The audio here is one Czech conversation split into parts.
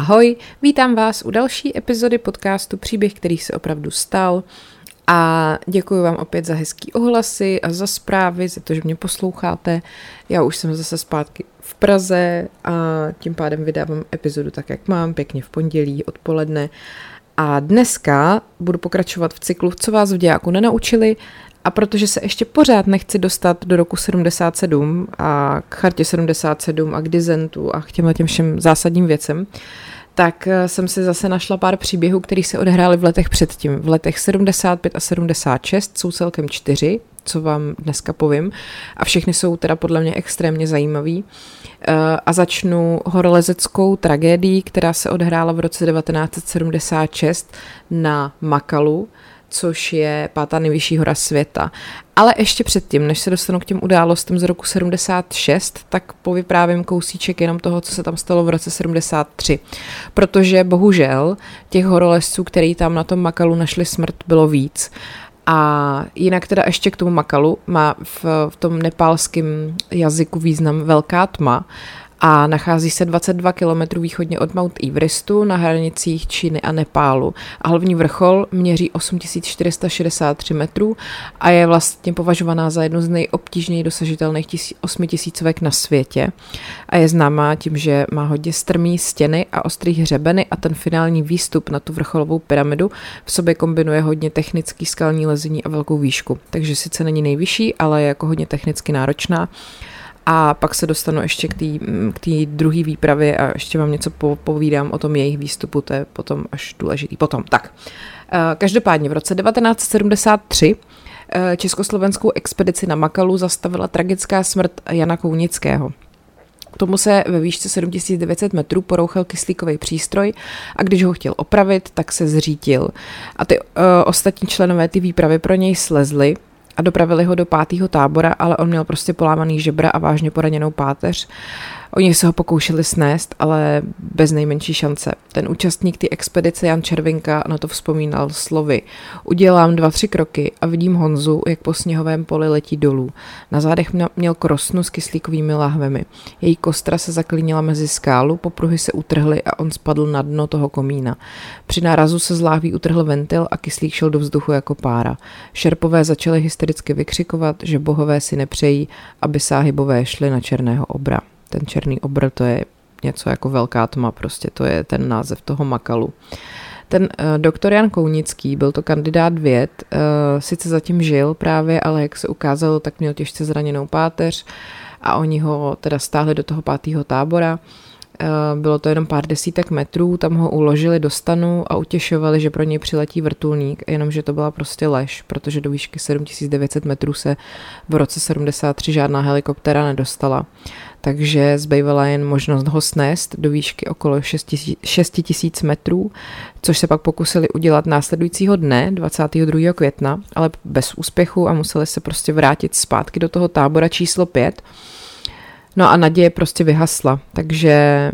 Ahoj, vítám vás u další epizody podcastu Příběh, který se opravdu stal. A děkuji vám opět za hezký ohlasy a za zprávy, za to, že mě posloucháte. Já už jsem zase zpátky v Praze a tím pádem vydávám epizodu tak, jak mám, pěkně v pondělí odpoledne. A dneska budu pokračovat v cyklu, co vás v dějáku nenaučili. A protože se ještě pořád nechci dostat do roku 77 a k chartě 77 a k dizentu a k těm všem zásadním věcem, tak jsem si zase našla pár příběhů, které se odehrály v letech předtím. V letech 75 a 76 jsou celkem 4, co vám dneska povím. A všechny jsou teda podle mě extrémně zajímavý. A začnu horolezeckou tragédií, která se odehrála v roce 1976 na Makalu, což je 5. nejvyšší hora světa. Ale ještě předtím, než se dostanu k těm událostem z roku 76, tak povyprávím kousíček jenom toho, co se tam stalo v roce 73. Protože bohužel těch horolezců, který tam na tom Makalu našli smrt, bylo víc. A jinak teda ještě k tomu Makalu má v tom nepálském jazyku význam velká tma a nachází se 22 km východně od Mount Everestu na hranicích Číny a Nepálu. A hlavní vrchol měří 8463 metrů a je vlastně považovaná za jednu z nejobtížněji dosažitelných 8000 na světě. A je známá tím, že má hodně strmý stěny a ostrý hřebeny a ten finální výstup na tu vrcholovou pyramidu v sobě kombinuje hodně technický skalní lezení a velkou výšku. Takže sice není nejvyšší, ale je jako hodně technicky náročná. A pak se dostanu ještě k té druhé výpravě a ještě vám něco povídám o tom jejich výstupu, to je potom až důležitý. Tak, každopádně v roce 1973 československou expedici na Makalu zastavila tragická smrt Jana Kounického. K tomu se ve výšce 7900 metrů porouchal kyslíkový přístroj a když ho chtěl opravit, tak se zřítil. A ty ostatní členové ty výpravy pro něj slezli a dopravili ho do 5. tábora, ale on měl prostě polámaný žebra a vážně poraněnou páteř. Oni se ho pokoušeli snést, ale bez nejmenší šance. Ten účastník té expedice Jan Červinka na to vzpomínal slovy: udělám 2-3 kroky a vidím Honzu, jak po sněhovém poli letí dolů. Na zádech měl krosnu s kyslíkovými lahvemi. Její kostra se zaklínila mezi skálu, popruhy se utrhly a on spadl na dno toho komína. Při nárazu se z láhví utrhl ventil a kyslík šel do vzduchu jako pára. Šerpové začali hystericky vykřikovat, že bohové si nepřejí, aby sáhybové šli na černého obra. Ten černý obr, to je něco jako velká tma, prostě to je ten název toho Makalu. Ten doktor Jan Kounický, byl to kandidát věd, sice zatím žil právě, ale jak se ukázalo, tak měl těžce zraněnou páteř a oni ho teda stáhli do toho 5. tábora. Bylo to jenom pár desítek metrů, tam ho uložili do stanu a utěšovali, že pro něj přiletí vrtulník, jenomže to byla prostě lež, protože do výšky 7900 metrů se v roce 73 žádná helikoptéra nedostala. Takže zbývala jen možnost ho snést do výšky okolo 6000 metrů, což se pak pokusili udělat následujícího dne, 22. května, ale bez úspěchu a museli se prostě vrátit zpátky do toho tábora číslo 5. No a naděje prostě vyhasla, takže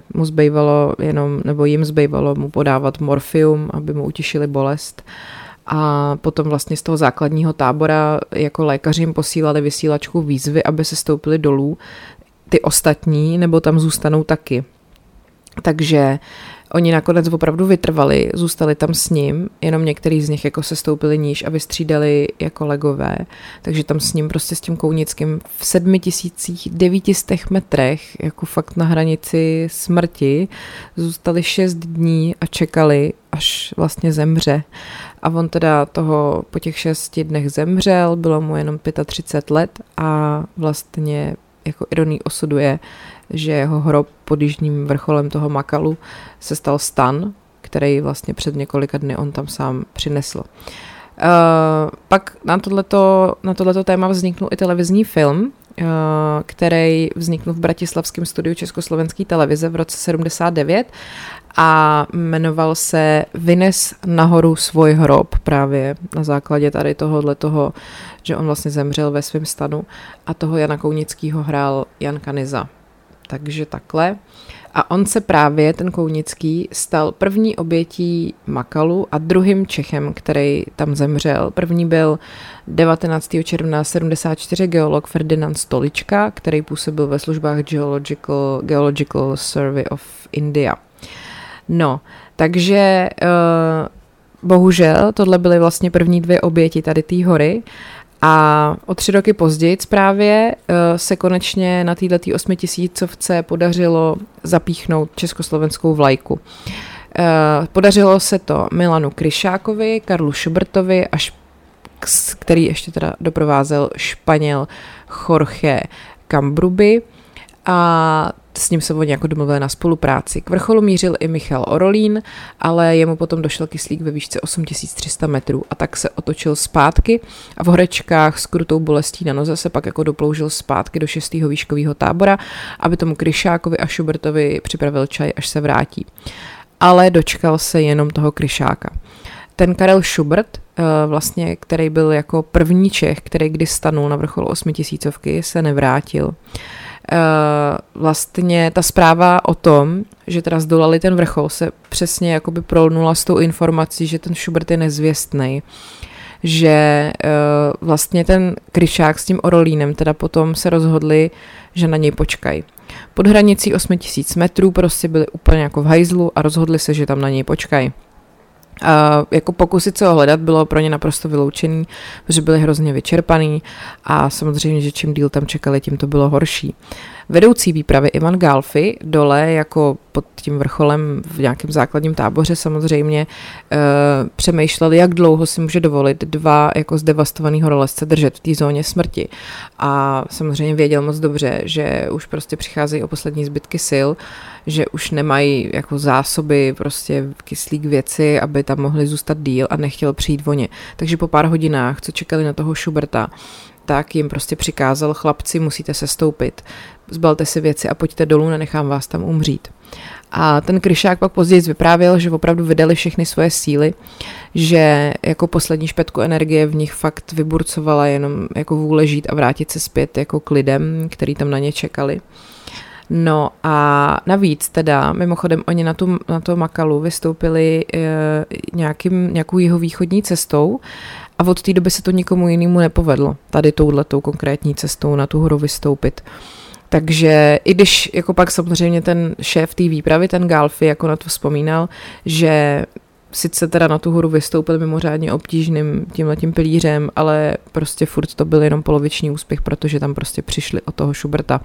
jim zbývalo mu podávat morfium, aby mu utišili bolest. A potom vlastně z toho základního tábora jako lékaři jim posílali vysílačku výzvy, aby se stoupili dolů, ty ostatní, nebo tam zůstanou taky. Takže oni nakonec opravdu vytrvali, zůstali tam s ním, jenom některý z nich jako se stoupili níž a vystřídali jako legové. Takže tam s ním prostě s tím Kounickým v 7900 metrech, jako fakt na hranici smrti, zůstali 6 dní a čekali, až vlastně zemře. A on teda po těch 6 dnech zemřel, bylo mu jenom 35 let a vlastně jako ironí osudu je, že jeho hrob pod jižním vrcholem toho Makalu se stal stan, který vlastně před několika dny on tam sám přinesl. Pak na tohleto téma vzniknul i televizní film, který vzniknul v bratislavském studiu Československé televize v roce 79 a jmenoval se Vynes nahoru svůj hrob, právě na základě tady tohohletoho, že on vlastně zemřel ve svém stanu a toho Jana Kounickýho hrál Jan Kanyza. Takže takhle. A on se právě, ten Kounický, stal první obětí Makalu a druhým Čechem, který tam zemřel. První byl 19. června 74 geolog Ferdinand Stolička, který působil ve službách Geological Survey of India. No, takže bohužel tohle byly vlastně první 2 oběti tady té hory a o 3 roky později právě se konečně na této 8000 podařilo zapíchnout československou vlajku. Podařilo se to Milanu Kryšákovi, Karlu Schubertovi, který ještě teda doprovázel Španěl Jorge Cambruby a s ním se oni jako domluvili na spolupráci. K vrcholu mířil i Michal Orolín, ale jemu potom došel kyslík ve výšce 8300 metrů a tak se otočil zpátky a v horečkách s krutou bolestí na noze se pak jako doploužil zpátky do 6. výškového tábora, aby tomu Kryšákovi a Schubertovi připravil čaj, až se vrátí. Ale dočkal se jenom toho Kryšáka. Ten Karel Schubert, vlastně, který byl jako první Čech, který kdy stanul na vrcholu 8000, se nevrátil. Vlastně ta zpráva o tom, že teda zdolali ten vrchol, se přesně jakoby prolnula s tou informací, že ten Schubert je nezvěstnej, že vlastně ten Kryšák s tím Orolínem teda potom se rozhodli, že na něj počkají. Pod hranicí 8000 metrů prostě byli úplně jako v hajzlu a rozhodli se, že tam na něj počkají. Jako pokusit se ho hledat bylo pro ně naprosto vyloučený, protože byli hrozně vyčerpaný a samozřejmě, že čím díl tam čekali, tím to bylo horší. Vedoucí výpravy Ivan Galfi dole jako pod tím vrcholem v nějakém základním táboře samozřejmě přemýšleli, jak dlouho si může dovolit 2 jako zdevastovaný horolezce držet v té zóně smrti. A samozřejmě věděl moc dobře, že už prostě přicházejí o poslední zbytky sil, že už nemají jako zásoby, prostě kyslík věci, aby tam mohli zůstat díl a nechtěl přijít o ně. Takže po pár hodinách, co čekali na toho Schuberta, tak jim prostě přikázal: chlapci, musíte se stoupit, zbalte si věci a pojďte dolů, nenechám vás tam umřít. A ten Kryšák pak později vyprávěl, že opravdu vydali všechny svoje síly, že jako poslední špetku energie v nich fakt vyburcovala jenom jako vůle žít a vrátit se zpět jako k lidem, který tam na ně čekali. No a navíc teda, mimochodem oni na to Makalu vystoupili nějakou jihovýchodní cestou a od té doby se to nikomu jinému nepovedlo, tady touhletou konkrétní cestou na tu horu vystoupit. Takže i když jako pak samozřejmě ten šéf té výpravy, ten Galfi, jako na to vzpomínal, že sice teda na tu horu vystoupil mimořádně obtížným tímhletím pilířem, ale prostě furt to byl jenom poloviční úspěch, protože tam prostě přišli od toho Schuberta.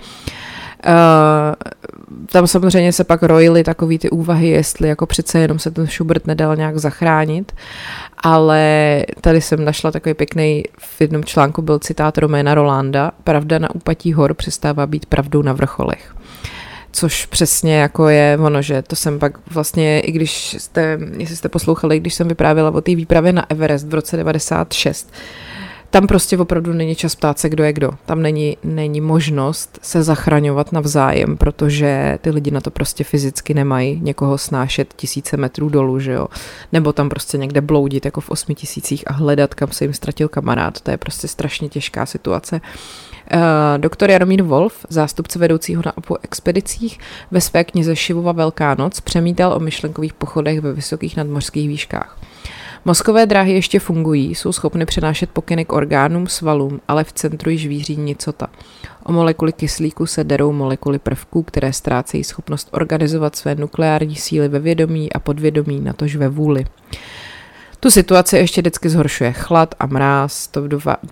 Tam samozřejmě se pak rojily takový ty úvahy, jestli jako přece jenom se ten Schubert nedal nějak zachránit, ale tady jsem našla takový pěkný, v jednom článku byl citát Roména Rolanda: pravda na úpatí hor přestává být pravdou na vrcholech. Což přesně jako je ono, že to jsem pak vlastně, i když jestli jste poslouchali, když jsem vyprávěla o té výpravě na Everest v roce 96, tam prostě opravdu není čas ptát se, kdo je kdo. Tam není možnost se zachraňovat navzájem, protože ty lidi na to prostě fyzicky nemají někoho snášet 1000 metrů dolů, že jo. Nebo tam prostě někde bloudit jako v 8000 a hledat, kam se jim ztratil kamarád. To je prostě strašně těžká situace. Doktor Jaromír Wolf, zástupce vedoucího na OPU expedicích, ve své knize Šivova Velká noc přemítal o myšlenkových pochodech ve vysokých nadmořských výškách. Mozkové dráhy ještě fungují, jsou schopny přenášet pokyny k orgánům, svalům, ale v centru již víří nicota. O molekuly kyslíku se derou molekuly prvků, které ztrácejí schopnost organizovat své nukleární síly ve vědomí a podvědomí, natož ve vůli. Tu situaci ještě vždycky zhoršuje chlad a mráz, to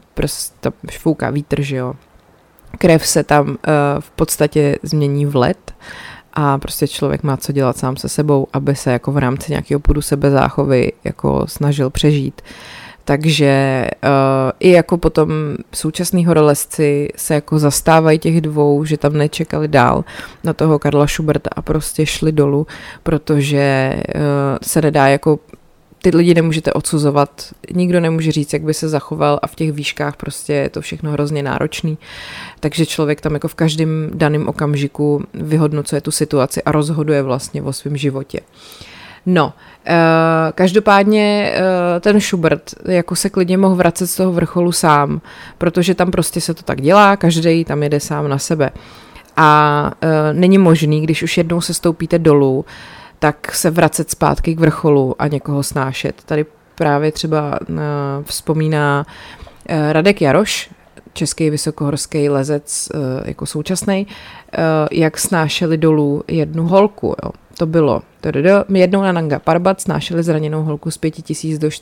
fouká vítr, že jo. Krev se tam v podstatě změní v led a prostě člověk má co dělat sám se sebou, aby se jako v rámci nějakého půdu sebezáchovy jako snažil přežít. Takže i jako potom současní horolezci se jako zastávají těch dvou, že tam nečekali dál na toho Karla Schuberta a prostě šli dolů, protože se nedá jako ty lidi nemůžete odsuzovat, nikdo nemůže říct, jak by se zachoval a v těch výškách prostě je to všechno hrozně náročný. Takže člověk tam jako v každém daném okamžiku vyhodnocuje tu situaci a rozhoduje vlastně o svém životě. No, každopádně ten Schubert jako se klidně mohl vracet z toho vrcholu sám, protože tam prostě se to tak dělá, každý tam jede sám na sebe. A není možný, když už jednou se stoupíte dolů, tak se vracet zpátky k vrcholu a někoho snášet. Tady právě třeba vzpomíná Radek Jaroš, český vysokohorský lezec jako současný, jak snášeli dolů jednu holku. Jo. to bylo jednou na Nanga Parbat snášeli zraněnou holku z 5000 do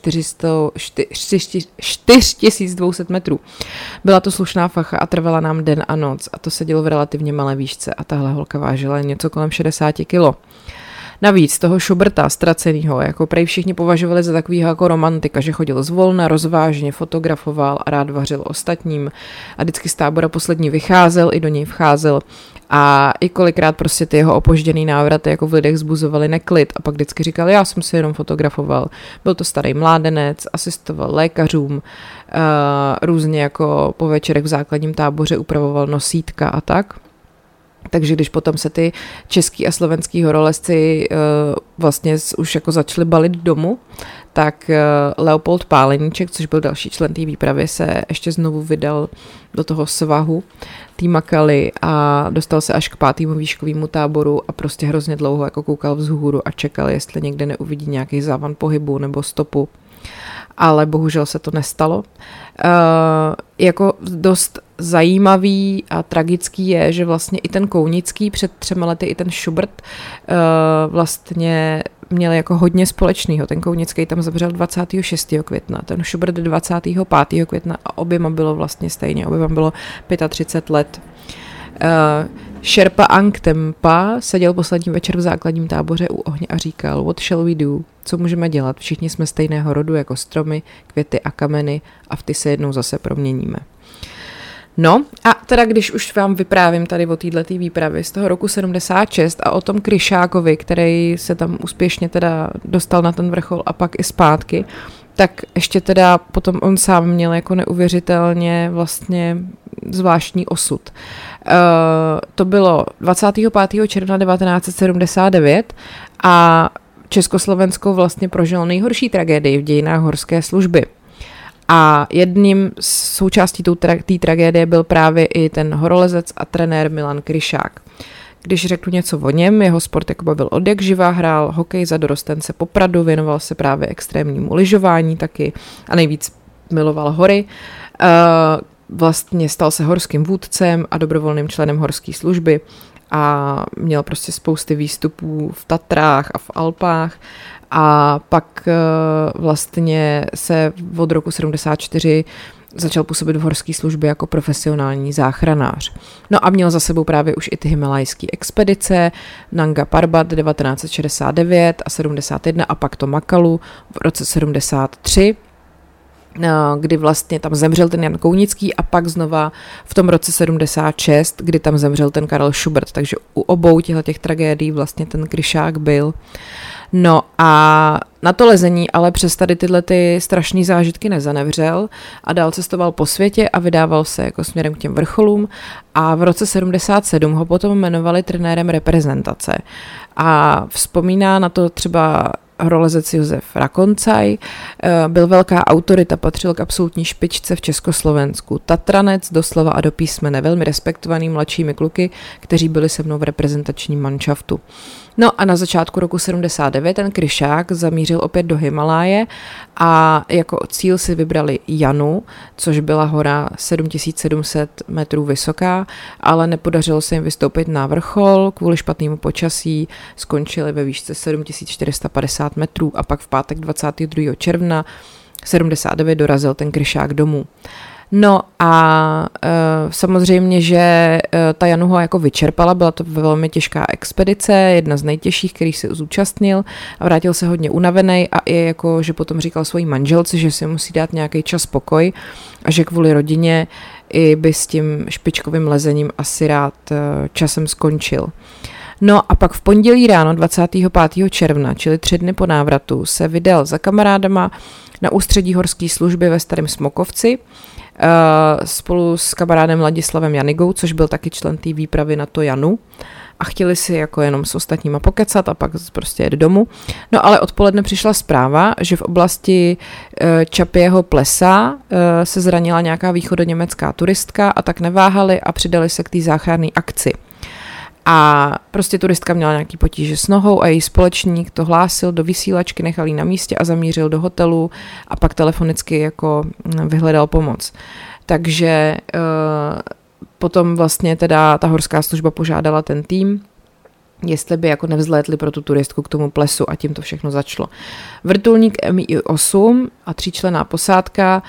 4200 metrů. Byla to slušná facha a trvala nám den a noc a to se dělo v relativně malé výšce a tahle holka vážila něco kolem 60 kilo. Navíc toho Schuberta ztracenýho, jako prej všichni považovali za takovýho jako romantika, že chodil zvolna, rozvážně, fotografoval a rád vařil ostatním a vždycky z tábora poslední vycházel, i do něj vcházel a i kolikrát prostě ty jeho opožděný návraty jako v lidech vzbuzovaly neklid a pak vždycky říkal, já jsem se jenom fotografoval. Byl to starý mládenec, asistoval lékařům, různě jako po večerech v základním táboře upravoval nosítka a tak. Takže když potom se ty český a slovenský horolezci vlastně už jako začali balit domů, tak Leopold Páleníček, což byl další člen té výpravy, se ještě znovu vydal do toho svahu tý Makaly a dostal se až k 5. výškovému táboru a prostě hrozně dlouho jako koukal vzhůru a čekal, jestli někde neuvidí nějaký závan pohybu nebo stopu. Ale bohužel se to nestalo. Jako dost zajímavý a tragický je, že vlastně i ten Kounický před 3 lety, i ten Schubert vlastně měl jako hodně společného. Ten Kounický tam zemřel 26. května, ten Schubert 25. května a oběma bylo vlastně stejně, oběma bylo 35 let. Sherpa Angtempa seděl poslední večer v základním táboře u ohně a říkal, what shall we do? Co můžeme dělat? Všichni jsme stejného rodu jako stromy, květy a kameny a v ty se jednou zase proměníme. No a teda když už vám vyprávím tady o této výpravě z toho roku 76 a o tom Kryšákovi, který se tam úspěšně teda dostal na ten vrchol a pak i zpátky, tak ještě teda potom on sám měl jako neuvěřitelně vlastně zvláštní osud. To bylo 25. června 1979 a Československo vlastně prožilo nejhorší tragédii v dějinách horské služby. A jedním z součástí té tragédie byl právě i ten horolezec a trenér Milan Kryšák. Když řeknu něco o něm, jeho sport jako bavil odjakživa, hrál hokej za dorostence Popradu, věnoval se právě extrémnímu lyžování taky a nejvíc miloval hory. Vlastně stal se horským vůdcem a dobrovolným členem horské služby a měl prostě spousty výstupů v Tatrách a v Alpách a pak vlastně se od roku 74 začal působit v horské službě jako profesionální záchranář. No a měl za sebou právě už i ty himalajské expedice, Nanga Parbat 1969 a 71 a pak to Makalu v roce 73, kdy vlastně tam zemřel ten Jan Kounický a pak znova v tom roce 76, kdy tam zemřel ten Karel Schubert, takže u obou těch tragédií vlastně ten Kryšák byl. No a na to lezení ale přes tady tyhle ty strašný zážitky nezanevřel a dál cestoval po světě a vydával se jako směrem k těm vrcholům a v roce 77 ho potom jmenovali trenérem reprezentace a vzpomíná na to třeba horolezec Josef Rakoncaj, byl velká autorita, patřil k absolutní špičce v Československu. Tatranec doslova a do písmene, velmi respektovaný mladšími kluky, kteří byli se mnou v reprezentačním manšaftu. No a na začátku roku 79 ten Kryšák zamířil opět do Himaláje a jako cíl si vybrali Janu, což byla hora 7700 metrů vysoká, ale nepodařilo se jim vystoupit na vrchol, kvůli špatnému počasí skončili ve výšce 7450 metrů a pak v pátek 22. června 79 dorazil ten Kryšák domů. No a samozřejmě, že ta Janu ho jako vyčerpala, byla to velmi těžká expedice, jedna z nejtěžších, kterých se zúčastnil a vrátil se hodně unavený a i jako, že potom říkal svojí manželce, že si musí dát nějaký čas pokoj a že kvůli rodině i by s tím špičkovým lezením asi rád časem skončil. No a pak v pondělí ráno 25. června, čili 3 dny po návratu, se vydal za kamarádama na ústředí horské služby ve Starém Smokovci spolu s kamarádem Ladislavem Janigou, což byl taky člen té výpravy na to Janu a chtěli si jako jenom s ostatníma pokecat a pak prostě jet domů. No ale odpoledne přišla zpráva, že v oblasti Čapěho plesa se zranila nějaká východoněmecká turistka a tak neváhali a přidali se k té záchranné akci. A prostě turistka měla nějaký potíže s nohou a její společník to hlásil do vysílačky, nechal jí na místě a zamířil do hotelu a pak telefonicky jako vyhledal pomoc. Takže potom vlastně teda ta horská služba požádala ten tým jestli by jako nevzlétli pro tu turistku k tomu plesu a tím to všechno začalo. Vrtulník Mi-8 a 3členná posádka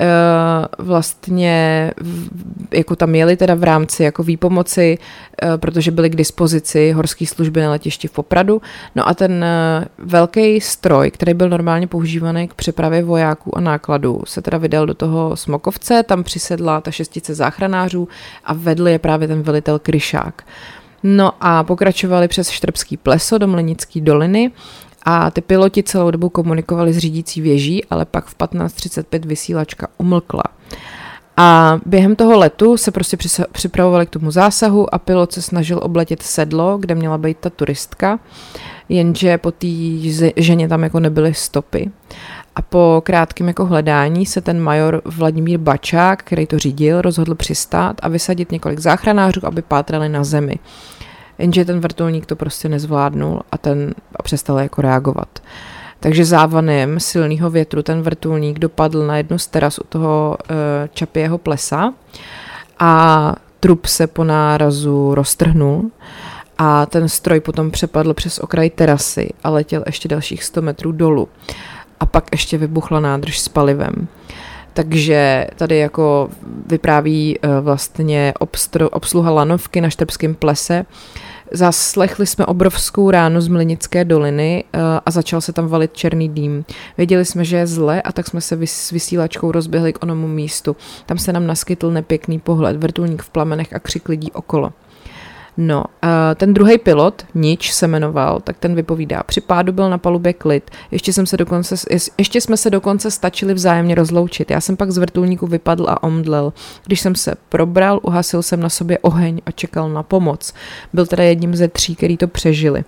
vlastně jako tam jeli teda v rámci jako výpomoci, protože byly k dispozici horské služby na letišti v Popradu. No a ten velký stroj, který byl normálně používaný k přepravě vojáků a nákladů, se teda vydal do toho Smokovce, tam přisedla ta 6 záchranářů a vedl je právě ten velitel Kryšák. No a pokračovali přes Štrbský pleso do Mlinické doliny a ty piloti celou dobu komunikovali s řídící věží, ale pak v 15:35 vysílačka umlkla. A během toho letu se prostě připravovali k tomu zásahu a pilot se snažil obletět sedlo, kde měla být ta turistka, jenže po té ženě tam jako nebyly stopy. A po krátkém jako hledání se ten major Vladimír Bačák, který to řídil, rozhodl přistát a vysadit několik záchranářů, aby pátrali na zemi. Jenže ten vrtulník to prostě nezvládnul a přestal jako reagovat. Takže závanem silného větru ten vrtulník dopadl na jednu z teras u toho Čapího plesa a trup se po nárazu roztrhnul a ten stroj potom přepadl přes okraj terasy a letěl ještě dalších 100 metrů dolů. A pak ještě vybuchla nádrž s palivem. Takže tady jako vypráví vlastně obsluha lanovky na Štrbském plese. Zaslechli jsme obrovskou ránu z Mlinické doliny a začal se tam valit černý dým. Věděli jsme, že je zle a tak jsme se s vysílačkou rozběhli k onomu místu. Tam se nám naskytl nepěkný pohled, vrtulník v plamenech a křik lidí okolo. No, ten druhý pilot, Nič se jmenoval, tak ten vypovídá. Při pádu byl na palubě klid. Ještě jsme se dokonce stačili vzájemně rozloučit. Já jsem pak z vrtulníku vypadl a omdlel. Když jsem se probral, uhasil jsem na sobě oheň a čekal na pomoc. Byl teda jedním ze 3, který to přežili.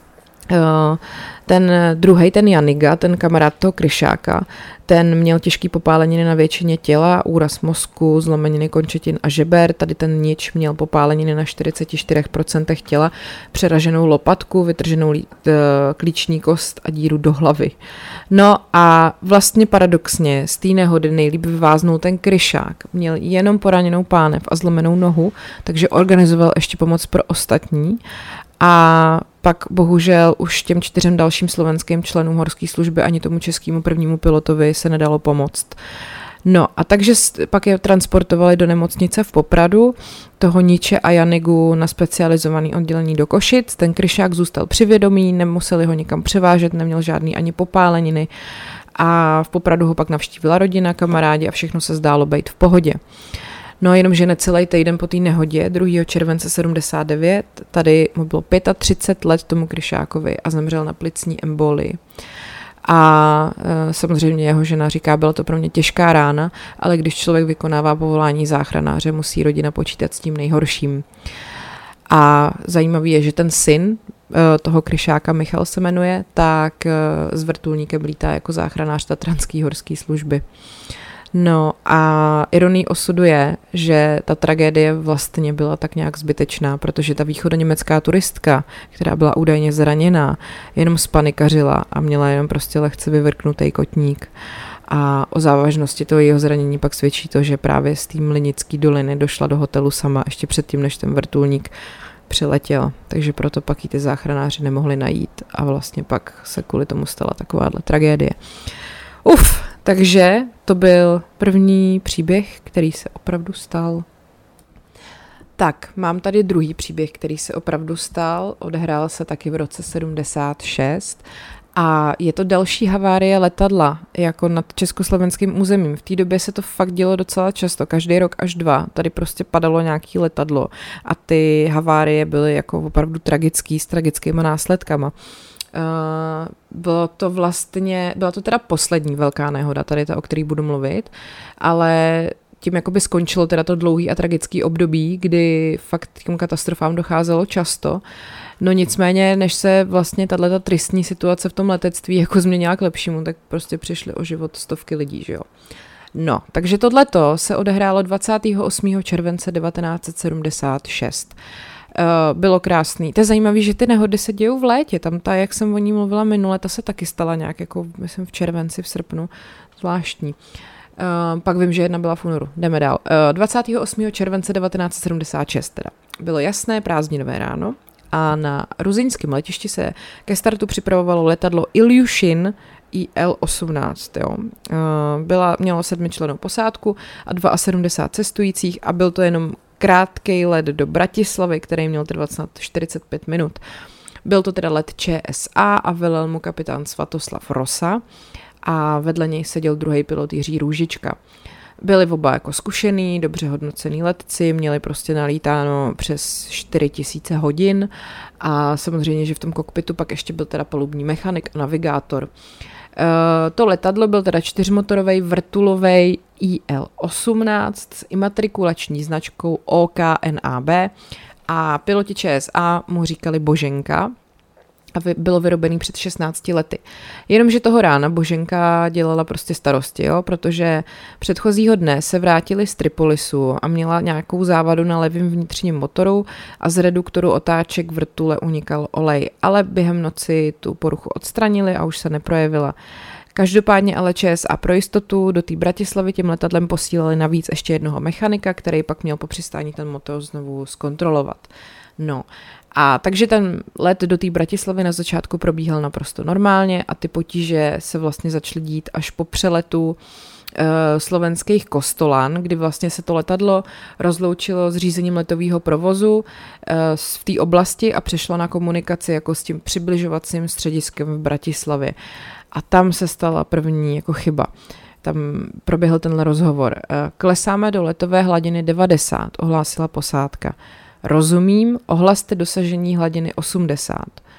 Ten druhej, ten Janiga, ten kamarád toho Kryšáka, ten měl těžký popáleniny na většině těla, úraz mozku, zlomeniny končetin a žeber. Tady ten Nič měl popáleniny na 44% těla, přeraženou lopatku, vytrženou klíční kost a díru do hlavy. No a vlastně paradoxně z té nehody nejlíp vyváznul ten Kryšák. Měl jenom poraněnou pánev a zlomenou nohu, takže organizoval ještě pomoc pro ostatní. A pak bohužel už těm 4 dalším slovenským členům horské služby ani tomu českému prvnímu pilotovi se nedalo pomoct. No a takže pak je transportovali do nemocnice v Popradu, toho Niče a Janigu na specializovaný oddělení do Košic. Ten Kryšák zůstal při vědomí, nemuseli ho nikam převážet, neměl žádný ani popáleniny a v Popradu ho pak navštívila rodina, kamarádi a všechno se zdálo být v pohodě. No jenomže necelý týden po té nehodě, 2. července 79, tady mu bylo 35 let tomu Kryšákovi a zemřel na plicní embolii. A samozřejmě jeho žena říká, byla to pro mě těžká rána, ale když člověk vykonává povolání záchranáře, musí rodina počítat s tím nejhorším. A zajímavý je, že ten syn toho Kryšáka, Michal se jmenuje, tak s vrtulníkem lítá jako záchranář tatranský horské služby. No a ironií osudu je, že ta tragédie vlastně byla tak nějak zbytečná, protože ta východoněmecká turistka, která byla údajně zraněná, jenom spanikařila a měla jenom prostě lehce vyvrknutý kotník. A o závažnosti toho jeho zranění pak svědčí to, že právě z té Mlinické doliny došla do hotelu sama ještě předtím, než ten vrtulník přiletěl. Takže proto pak ji ty záchranáři nemohli najít a vlastně pak se kvůli tomu stala takováhle tragédie. Takže to byl první příběh, který se opravdu stal. Tak, mám tady druhý příběh, který se opravdu stal. Odehrál se taky v roce 76 a je to další havárie letadla, jako nad československým územím. V té době se to fakt dělo docela často, každý rok až 2. Tady prostě padalo nějaký letadlo a ty havárie byly jako opravdu tragický, s tragickýma následkama. Byla to teda poslední velká nehoda, tady ta, o který budu mluvit, ale tím jakoby skončilo teda to dlouhý a tragický období, kdy fakt těm katastrofám docházelo často. No nicméně, než se vlastně tato tristní situace v tom letectví jako změnila k lepšímu, tak prostě přišly o život stovky lidí, že jo. No, takže tohleto se odehrálo 28. července 1976. Bylo krásný. To je zajímavé, že ty nehody se dějou v létě. Tam ta, jak jsem o ní mluvila minule, ta se taky stala nějak jako, myslím, v červenci, v srpnu. Zvláštní. Pak vím, že jedna byla v únoru. Jdeme dál. 28. července 1976 teda. Bylo jasné prázdninové ráno a na ruzyňském letišti se ke startu připravovalo letadlo Ilyushin IL-18. Jo. Mělo 7člennou posádku a 72 cestujících a byl to jenom krátký let do Bratislavy, který měl trvat snad 45 minut. Byl to teda let ČSA a velel mu kapitán Svatoslav Rosa a vedle něj seděl druhý pilot Jiří Růžička. Byli oba jako zkušený, dobře hodnocený letci, měli prostě nalítáno přes 4000 hodin a samozřejmě, že v tom kokpitu pak ještě byl teda palubní mechanik a navigátor. To letadlo byl teda 4motorový vrtulový IL-18 s imatrikulační značkou OKNAB a piloti ČSA mu říkali Boženka a bylo vyrobený před 16 lety. Jenomže toho rána Boženka dělala prostě starosti, jo? Protože předchozího dne se vrátili z Tripolisu a měla nějakou závadu na levém vnitřním motoru a z reduktoru otáček vrtule unikal olej, ale během noci tu poruchu odstranili a už se neprojevila. Každopádně ale ČSA pro jistotu do té Bratislavy tím letadlem posílali navíc ještě jednoho mechanika, který pak měl po přistání ten motor znovu zkontrolovat. No a takže ten let do té Bratislavy na začátku probíhal naprosto normálně a ty potíže se vlastně začaly dít až po přeletu slovenských Kostolan, kdy vlastně se to letadlo rozloučilo s řízením letového provozu v té oblasti a přešlo na komunikaci jako s tím přibližovacím střediskem v Bratislavě. A tam se stala první jako chyba. Tam proběhl tenhle rozhovor. Klesáme do letové hladiny 90, ohlásila posádka. Rozumím, ohlaste dosažení hladiny 80.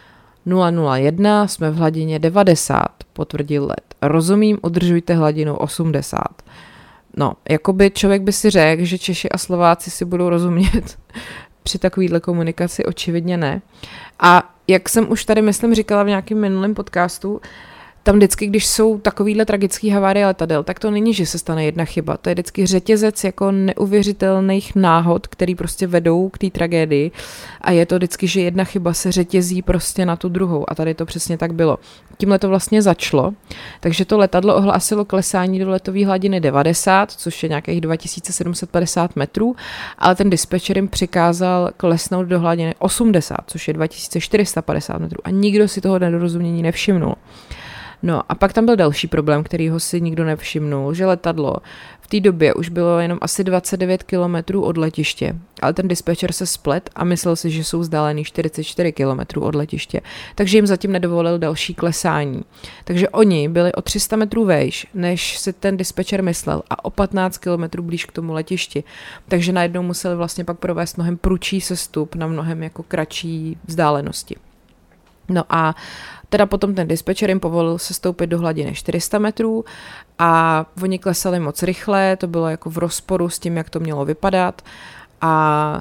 001, jsme v hladině 90, potvrdil let. Rozumím, udržujte hladinu 80. No, jakoby člověk by si řekl, že Češi a Slováci si budou rozumět. Při takovýhle komunikaci očividně ne. A jak jsem už tady, myslím, říkala v nějakém minulém podcastu, tam vždycky, když jsou takovýhle tragický havárie letadel, tak to není, že se stane jedna chyba. To je vždycky řetězec jako neuvěřitelných náhod, který prostě vedou k té tragédii a je to vždycky, že jedna chyba se řetězí prostě na tu druhou a tady to přesně tak bylo. Tímhle to vlastně začalo, takže to letadlo ohlásilo klesání do letové hladiny 90, což je nějakých 2750 metrů, ale ten dispečer jim přikázal klesnout do hladiny 80, což je 2450 metrů a nikdo si toho nedorozumění nevšimnul. No a pak tam byl další problém, kterýho si nikdo nevšimnul, že letadlo v té době už bylo jenom asi 29 kilometrů od letiště, ale ten dispečer se splet a myslel si, že jsou vzdálený 44 kilometrů od letiště, takže jim zatím nedovolil další klesání. Takže oni byli o 300 metrů vejš, než si ten dispečer myslel a o 15 kilometrů blíž k tomu letišti. Takže najednou museli vlastně pak provést mnohem prudší sestup na mnohem jako kratší vzdálenosti. No a teda potom ten dispečer jim povolil se stoupit do hladiny 400 metrů a oni klesali moc rychle, to bylo jako v rozporu s tím, jak to mělo vypadat a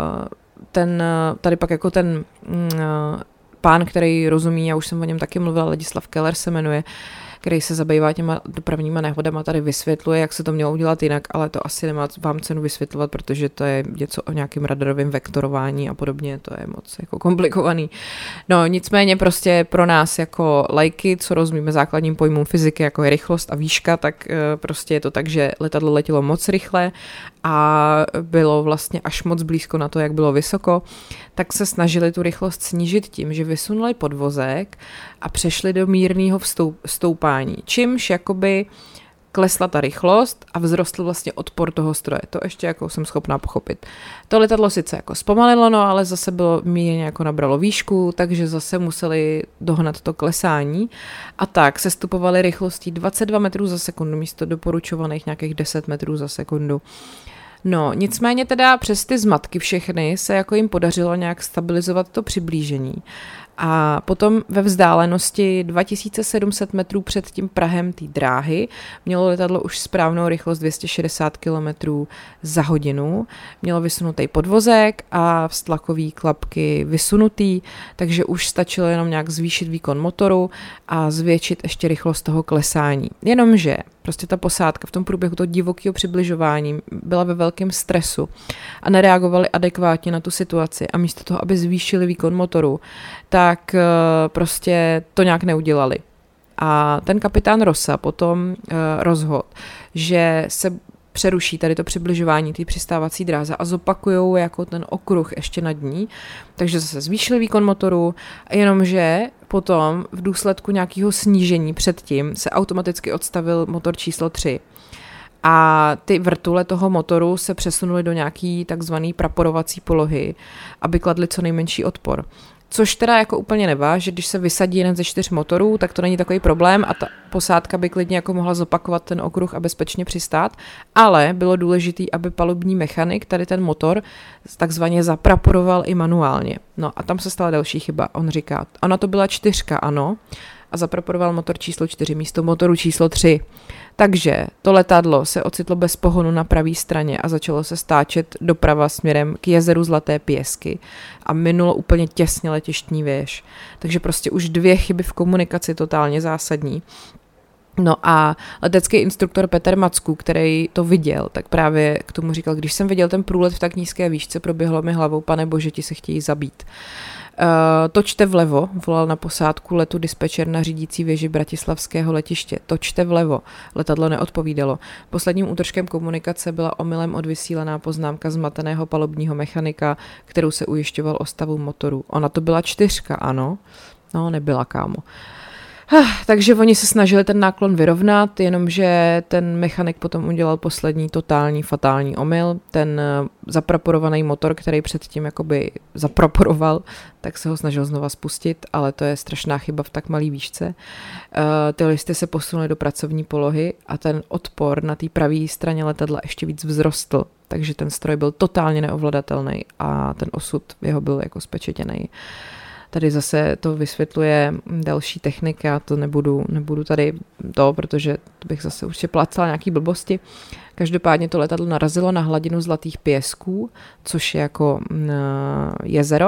tady pak jako ten pán, který rozumí, já už jsem o něm taky mluvila, Ladislav Keller se jmenuje, který se zabývá těma dopravníma nehodama, tady vysvětluje, jak se to mělo udělat jinak, ale to asi nemá vám cenu vysvětlovat, protože to je něco o nějakém radarovém vektorování a podobně, to je moc jako komplikovaný. No nicméně prostě pro nás jako lajky, co rozumíme základním pojmům fyziky, jako je rychlost a výška, tak prostě je to tak, že letadlo letělo moc rychle a bylo vlastně až moc blízko na to, jak bylo vysoko, tak se snažili tu rychlost snížit tím, že vysunuli podvozek a přešli do mírného stoupání, čímž jakoby klesla ta rychlost a vzrostl vlastně odpor toho stroje. To ještě jako jsem schopná pochopit. To letadlo sice jako zpomalilo, no, ale zase bylo mírně jako nabralo výšku, takže zase museli dohnat to klesání a tak sestupovali rychlostí 22 metrů za sekundu místo doporučovaných nějakých 10 metrů za sekundu. No, nicméně teda přes ty zmatky všechny se jako jim podařilo nějak stabilizovat to přiblížení. A potom ve vzdálenosti 2700 metrů před tím prahem té dráhy mělo letadlo už správnou rychlost 260 km za hodinu. Mělo vysunutý podvozek a vztlakový klapky vysunutý, takže už stačilo jenom nějak zvýšit výkon motoru a zvětšit ještě rychlost toho klesání. Jenomže prostě ta posádka v tom průběhu toho divokého přibližování byla ve velkém stresu a nereagovali adekvátně na tu situaci a místo toho, aby zvýšili výkon motoru, tak prostě to nějak neudělali. A ten kapitán Rosa potom rozhodl, že se přeruší tady to přibližování té přistávací dráze a zopakujou jako ten okruh ještě nad ní. Takže zase zvýšili výkon motoru, jenomže potom v důsledku nějakého snížení předtím se automaticky odstavil motor číslo 3. A ty vrtule toho motoru se přesunuly do nějaký takzvaný praporovací polohy, aby kladly co nejmenší odpor. Což teda jako úplně nevá, že když se vysadí jeden ze 4 motorů, tak to není takový problém a ta posádka by klidně jako mohla zopakovat ten okruh a bezpečně přistát, ale bylo důležité, aby palubní mechanik tady ten motor takzvaně zapraporoval i manuálně. No a tam se stala další chyba. On říká, ona to byla 4, ano, a zapraporoval motor číslo 4 místo motoru číslo 3. Takže to letadlo se ocitlo bez pohonu na pravé straně a začalo se stáčet doprava směrem k jezeru Zlaté Piesky a minulo úplně těsně letištní věž. Takže prostě už 2 chyby v komunikaci totálně zásadní. No a letecký instruktor Petr Macku, který to viděl, tak právě k tomu říkal, když jsem viděl ten průlet v tak nízké výšce, proběhlo mi hlavou, pane bože, ti se chtějí zabít. Točte vlevo, volal na posádku letu dispečer na řídící věži bratislavského letiště. Točte vlevo, letadlo neodpovídalo. Posledním útržkem komunikace byla omylem odvysílaná poznámka zmateného palubního mechanika, kterou se ujišťoval o stavu motoru. Ona to byla 4, ano? No, nebyla, kámo. Takže oni se snažili ten náklon vyrovnat, jenomže ten mechanik potom udělal poslední totální fatální omyl. Ten zapraporovaný motor, který předtím jakoby zapraporoval, tak se ho snažil znova spustit, ale to je strašná chyba v tak malý výšce. Ty listy se posunuly do pracovní polohy a ten odpor na té pravé straně letadla ještě víc vzrostl, takže ten stroj byl totálně neovladatelný a ten osud jeho byl jako spečetěný. Tady zase to vysvětluje další technik, já to nebudu tady protože bych zase určitě placala nějaký blbosti. Každopádně to letadlo narazilo na hladinu Zlatých Piesků, což je jako jezero,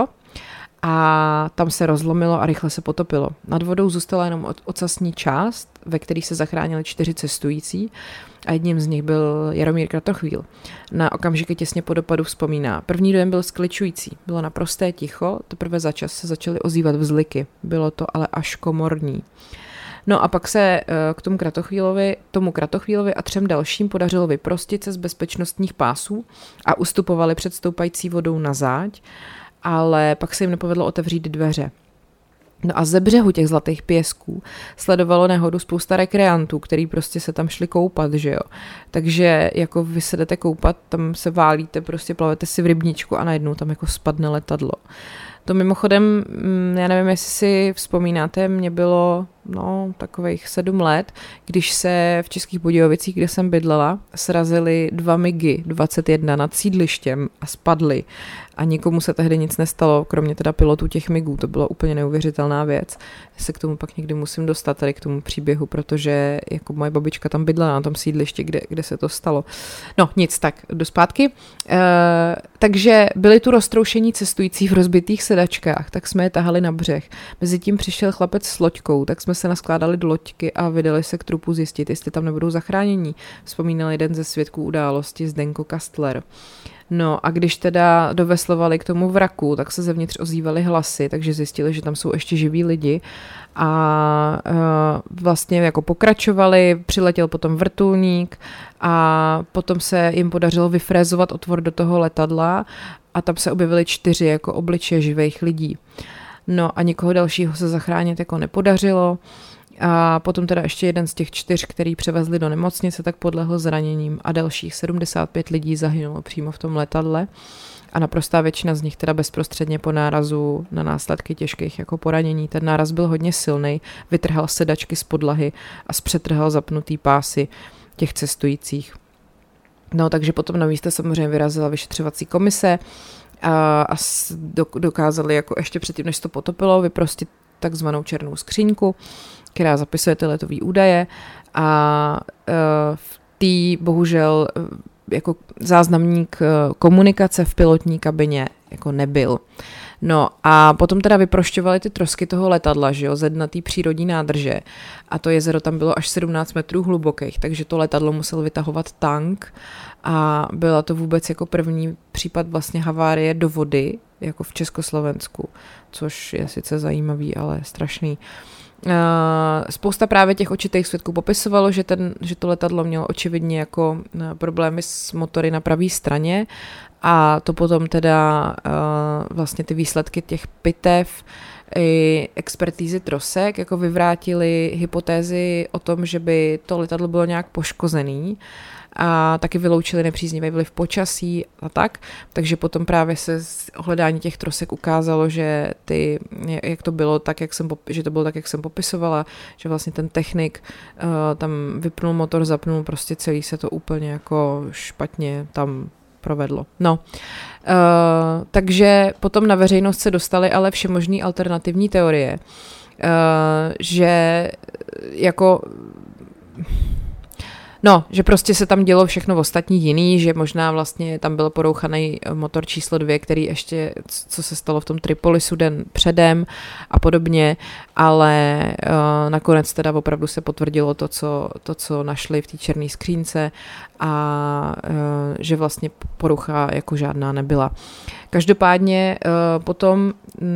a tam se rozlomilo a rychle se potopilo. Nad vodou zůstala jenom ocasní část, ve které se zachránili 4 cestující a jedním z nich byl Jaromír Kratochvíl. Na okamžiky těsně po dopadu vzpomíná. První dojem byl skličující. Bylo naprosté ticho, teprve za čas se začaly ozývat vzliky. Bylo to ale až komorní. No a pak se k tomu Kratochvílovi a 3 dalším podařilo vyprostit se z bezpečnostních pásů a ustupovali před stoupající vodou na záď, ale pak se jim nepovedlo otevřít dveře. No a ze břehu těch Zlatých Piesků sledovalo nehodu spousta rekreantů, který prostě se tam šli koupat, že jo. Takže jako vy se jdete koupat, tam se válíte, prostě plavete si v rybníčku a najednou tam jako spadne letadlo. To mimochodem, já nevím, jestli si vzpomínáte, mě bylo takových 7 let, když se v Českých Budějovicích, kde jsem bydlela, srazily 2 MiGy 21 nad sídlištěm a spadly. A nikomu se tehdy nic nestalo, kromě teda pilotů těch MiGů. To byla úplně neuvěřitelná věc. Já se k tomu pak někdy musím dostat, tady k tomu příběhu, protože jako moje babička tam bydlela na tom sídlišti, kde se to stalo. No nic, tak jdu zpátky. Takže byli tu roztroušení cestující v rozbitých sedačkách, tak jsme je tahali na břeh. Mezitím přišel chlapec s loďkou, tak jsme se naskládali do loďky a vydali se k trupu zjistit, jestli tam nebudou zachránění. Vzpomínal jeden ze svědků události Zdenko Kastler. No a když teda doveslovali k tomu vraku, tak se zevnitř ozývaly hlasy, takže zjistili, že tam jsou ještě živí lidi a vlastně jako pokračovali, přiletěl potom vrtulník a potom se jim podařilo vyfrézovat otvor do toho letadla a tam se objevily 4 jako obličeje živých lidí. No a nikoho dalšího se zachránit jako nepodařilo. A potom teda ještě jeden z těch 4, který převezli do nemocnice, tak podlehl zraněním a dalších 75 lidí zahynulo přímo v tom letadle a naprostá většina z nich teda bezprostředně po nárazu na následky těžkých jako poranění. Ten náraz byl hodně silný, vytrhal sedačky z podlahy a zpřetrhal zapnutý pásy těch cestujících. No takže potom na místě samozřejmě vyrazila vyšetřovací komise a dokázali jako ještě předtím, než to potopilo, vyprostit takzvanou černou skříňku, která zapisuje ty letové údaje a v té bohužel jako záznamník komunikace v pilotní kabině jako nebyl. No a potom teda vyprošťovali ty trosky toho letadla, že jo, ze dna té přírodní nádrže a to jezero tam bylo až 17 metrů hlubokých, takže to letadlo musel vytahovat tank a byla to vůbec jako první případ vlastně havárie do vody, jako v Československu, což je sice zajímavý, ale strašný. Spousta právě těch očitých svědků popisovalo, že to letadlo mělo očividně jako problémy s motory na pravé straně a to potom teda vlastně ty výsledky těch pitev i expertízy trosek jako vyvrátily hypotézy o tom, že by to letadlo bylo nějak poškozený a taky vyloučili nepříznivý vliv počasí a tak, takže potom právě se z ohledání těch trosek ukázalo, že jak to bylo tak, že to bylo tak, jak jsem popisovala, že vlastně ten technik tam vypnul motor, zapnul, prostě celý se to úplně jako špatně tam provedlo. No, takže potom na veřejnost se dostaly ale všemožný alternativní teorie, že jako že prostě se tam dělo všechno ostatní jiný, že možná vlastně tam byl porouchaný motor číslo 2, který ještě, co se stalo v tom Tripolisu den předem a podobně, ale nakonec teda opravdu se potvrdilo to, co našli v té černé skřínce a že vlastně porucha jako žádná nebyla. Každopádně potom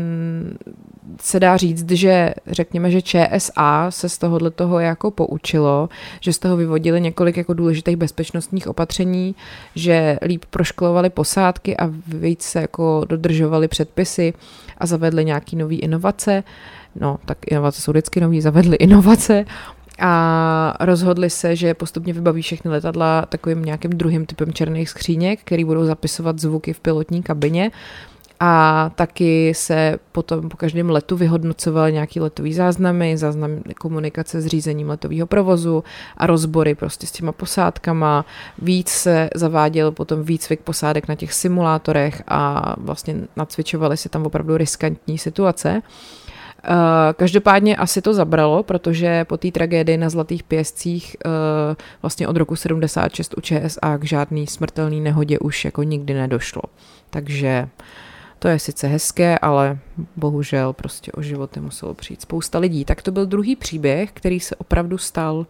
se dá říct, že řekněme, že ČSA se z tohohle toho jako poučilo, že z toho vyvodili několik jako důležitých bezpečnostních opatření, že líp proškolovali posádky a víc se jako dodržovali předpisy a zavedli nějaký nový inovace. No, tak inovace jsou vždycky nový, zavedli inovace a rozhodli se, že postupně vybaví všechny letadla takovým nějakým druhým typem černých skříněk, který budou zapisovat zvuky v pilotní kabině. A taky se potom po každém letu vyhodnocovaly nějaký letový záznamy, záznam komunikace s řízením letového provozu a rozbory prostě s těma posádkama. Víc se zaváděl potom výcvik posádek na těch simulátorech a vlastně nacvičovaly se tam opravdu riskantní situace. Každopádně asi to zabralo, protože po té tragédii na Zlatých pěstcích vlastně od roku 76 u ČSA k žádný smrtelný nehodě už jako nikdy nedošlo. Takže to je sice hezké, ale bohužel prostě o životy muselo přijít spousta lidí. Tak to byl druhý příběh, který se opravdu stal.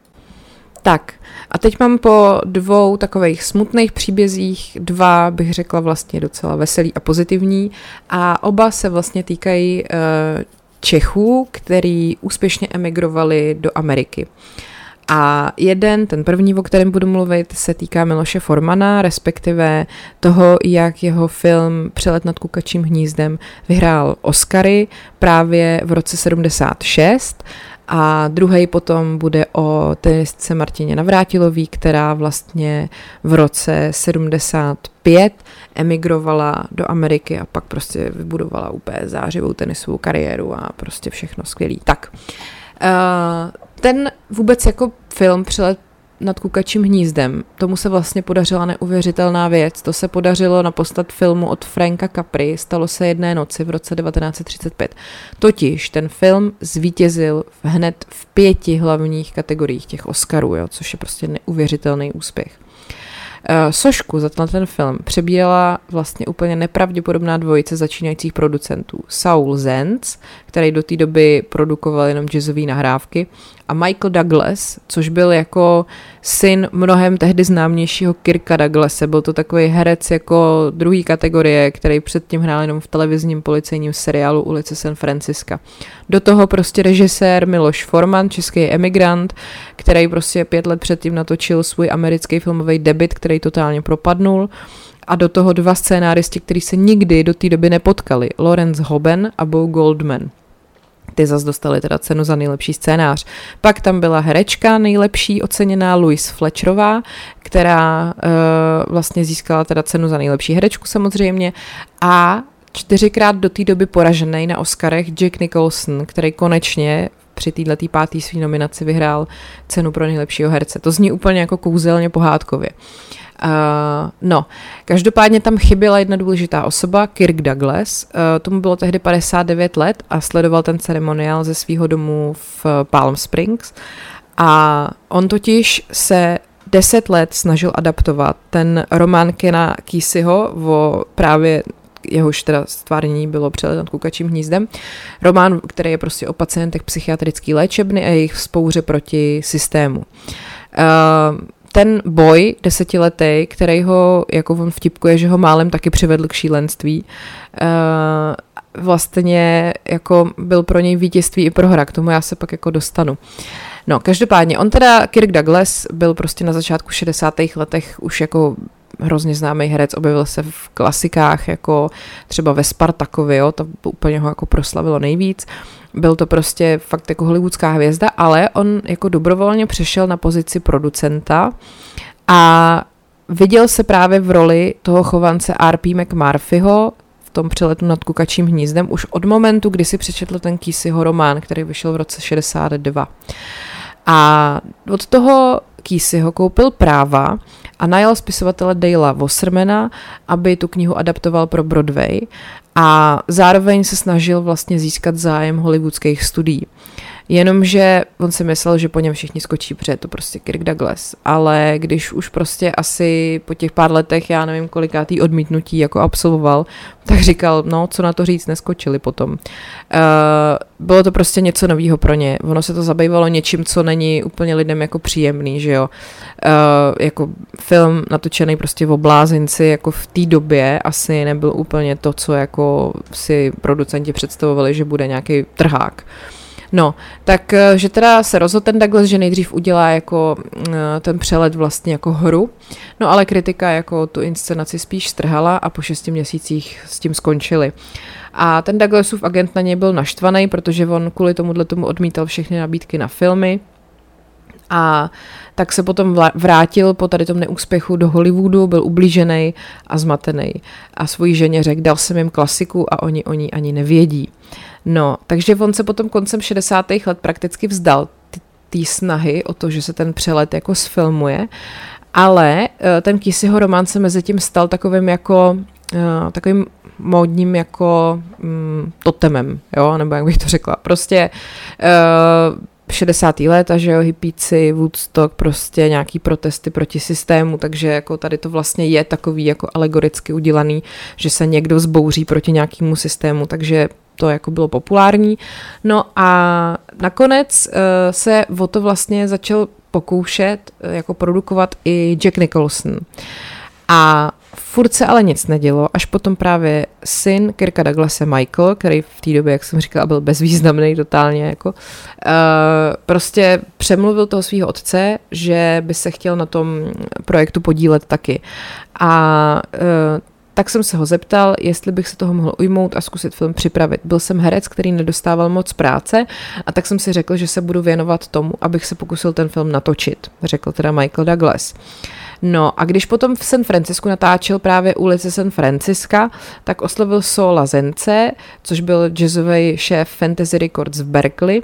Tak a teď mám po 2 takových smutných příbězích 2, bych řekla vlastně docela veselý a pozitivní a oba se vlastně týkají Čechů, který úspěšně emigrovali do Ameriky. A ten první, o kterém budu mluvit, se týká Miloše Formana, respektive toho, jak jeho film Přelet nad kukačím hnízdem vyhrál Oscary právě v roce 76 a druhý potom bude o tenistce Martině Navrátilový, která vlastně v roce 75 emigrovala do Ameriky a pak prostě vybudovala úplně zářivou tenisovou kariéru a prostě všechno skvělý. Tak, ten vůbec jako film Přelet nad kukačím hnízdem, tomu se vlastně podařila neuvěřitelná věc. To se podařilo napostat filmu od Franka Capry, Stalo se jedné noci v roce 1935. Totiž ten film zvítězil hned v 5 hlavních kategoriích těch Oscarů, což je prostě neuvěřitelný úspěch. Sošku za ten film přebírala vlastně úplně nepravděpodobná dvojice začínajících producentů. Saul Zaentz, který do té doby produkoval jenom jazzové nahrávky, a Michael Douglas, což byl jako syn mnohem tehdy známějšího Kirka Douglase. Byl to takový herec jako druhé kategorie, který předtím hrál jenom v televizním policejním seriálu Ulice San Francisca. Do toho prostě režisér Miloš Forman, český emigrant, který prostě 5 let předtím natočil svůj americký filmový debut, který totálně propadnul. A do toho 2 scénáristi, kteří se nikdy do té doby nepotkali, Lawrence Hoban a Bo Goldman. Ty zas dostali teda cenu za nejlepší scénář. Pak tam byla herečka nejlepší oceněná Louise Fletcherová, která vlastně získala teda cenu za nejlepší herečku samozřejmě a 4krát do té doby poražený na Oscarech Jack Nicholson, který konečně při této 5. svý nominaci vyhrál cenu pro nejlepšího herce. To zní úplně jako kouzelně pohádkově. Každopádně tam chyběla jedna důležitá osoba, Kirk Douglas, tomu bylo tehdy 59 let a sledoval ten ceremoniál ze svého domu v Palm Springs a on totiž se 10 let snažil adaptovat ten román Kena Keseyho o právě jehož teda stvárnění bylo Přelet nad kukačím hnízdem. Román, který je prostě o pacientech psychiatrické léčebny a jejich vzpouře proti systému. Ten boj 10letý, který ho, jako on vtipkuje, že ho málem taky přivedl k šílenství, vlastně jako byl pro něj vítězství i prohra, k tomu já se pak jako dostanu. No, každopádně, on teda, Kirk Douglas, byl prostě na začátku 60. letech už jako hrozně známý herec, objevil se v klasikách, jako třeba ve Spartakovi, jo, to úplně ho jako proslavilo nejvíc. Byl to prostě fakt jako hollywoodská hvězda, ale on jako dobrovolně přešel na pozici producenta a viděl se právě v roli toho chovance R.P. McMurphyho v tom Přeletu nad kukačím hnízdem už od momentu, kdy si přečetl ten Keseyho román, který vyšel v roce 62. A od toho Keseyho koupil práva a najal spisovatele Dalea Wassermana, aby tu knihu adaptoval pro Broadway a zároveň se snažil vlastně získat zájem hollywoodských studií. Jenomže on si myslel, že po něm všichni skočí, protože je to prostě Kirk Douglas. Ale když už prostě asi po těch pár letech, já nevím kolikátý odmítnutí jako absolvoval, tak říkal, no co na to říct, neskočili potom. Bylo to prostě něco novýho pro ně. Ono se to zabývalo něčím, co není úplně lidem jako příjemný, že jo. Jako film natočený prostě v blázinci, jako v té době asi nebyl úplně to, co jako si producenti představovali, že bude nějaký trhák. No, takže teda se rozhodl ten Douglas, že nejdřív udělá jako ten přelet vlastně jako hru, no ale kritika jako tu inscenaci spíš strhala a po 6 měsících s tím skončili. A ten Douglasův agent na něj byl naštvaný, protože on kvůli tomu odmítal všechny nabídky na filmy a tak se potom vrátil po tady tom neúspěchu do Hollywoodu, byl ublížený a zmatený. A svojí ženě řekl, dal jsem jim klasiku a oni ani nevědí. No, takže on se potom koncem 60. let prakticky vzdal té snahy o to, že se ten přelet jako sfilmuje, ale ten Keseyho román se mezi tím stal takovým jako takovým módním jako totemem, jo, nebo jak bych to řekla. Prostě 60. let a že jo, hippíci, Woodstock, prostě nějaký protesty proti systému, takže jako tady to vlastně je takový jako alegoricky udělaný, že se někdo zbouří proti nějakému systému, takže to jako bylo populární. No a nakonec se o to vlastně začal pokoušet jako produkovat i Jack Nicholson. A furt se ale nic nedělo, až potom právě syn Kirka Douglase Michael, který v té době, jak jsem říkala, byl bezvýznamný totálně, jako, prostě přemluvil toho svého otce, že by se chtěl na tom projektu podílet taky. A tak jsem se ho zeptal, jestli bych se toho mohl ujmout a zkusit film připravit. Byl jsem herec, který nedostával moc práce a tak jsem si řekl, že se budu věnovat tomu, abych se pokusil ten film natočit, řekl teda Michael Douglas. No a když potom v San Francisku natáčel právě Ulice San Francisca, tak oslovil Saula Zence, což byl jazzový šéf Fantasy Records v Berkeley,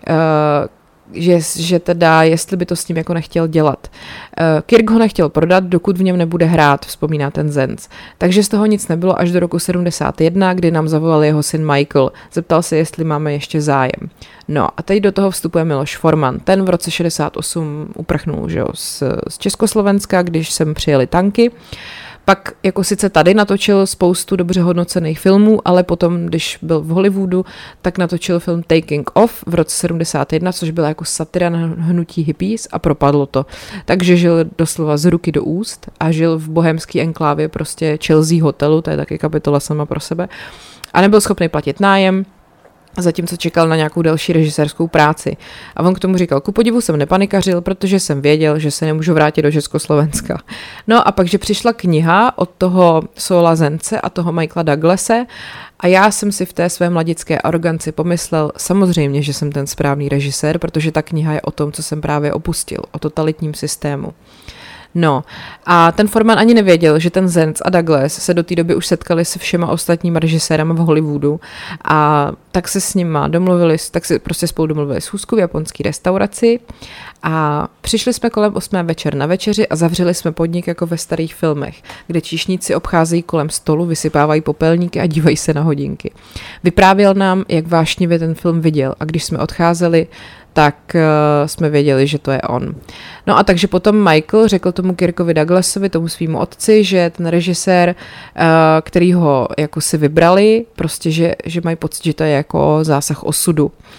že teda, jestli by to s ním jako nechtěl dělat. Kirk ho nechtěl prodat, dokud v něm nebude hrát, vzpomíná ten Zenc. Takže z toho nic nebylo až do roku 71, kdy nám zavolal jeho syn Michael. Zeptal se, jestli máme ještě zájem. No a teď do toho vstupuje Miloš Forman. Ten v roce 68 uprchnul, že jo, z Československa, když sem přijeli tanky. Pak jako sice tady natočil spoustu dobře hodnocených filmů, ale potom, když byl v Hollywoodu, tak natočil film Taking Off v roce 71, což byla jako satira na hnutí hippies a propadlo to. Takže žil doslova z ruky do úst a žil v bohemské enklávě prostě Chelsea hotelu, to je taky kapitola sama pro sebe, a nebyl schopný platit nájem, zatímco čekal na nějakou další režisérskou práci. A on k tomu říkal, ku podivu jsem nepanikařil, protože jsem věděl, že se nemůžu vrátit do Československa. No a pak, že přišla kniha od toho Saula Zence a toho Michaela Douglase a já jsem si v té své mladické aroganci pomyslel, samozřejmě, že jsem ten správný režisér, protože ta kniha je o tom, co jsem právě opustil, o totalitním systému. No a ten Forman ani nevěděl, že ten Zenc a Douglas se do té doby už setkali se všema ostatníma režisérama v Hollywoodu a tak se s nima domluvili, tak se prostě spolu domluvili schůzku v japonské restauraci a přišli jsme kolem 8 večer na večeři a zavřeli jsme podnik jako ve starých filmech, kde číšníci obcházejí kolem stolu, vysypávají popelníky a dívají se na hodinky. Vyprávěl nám, jak vášnivě ten film viděl a když jsme odcházeli, tak jsme věděli, že to je on. No a takže potom Michael řekl tomu Kirkovi Douglasovi, tomu svýmu otci, že ten režisér, který ho jako si vybrali, prostě, že mají pocit, že to je jako zásah osudu.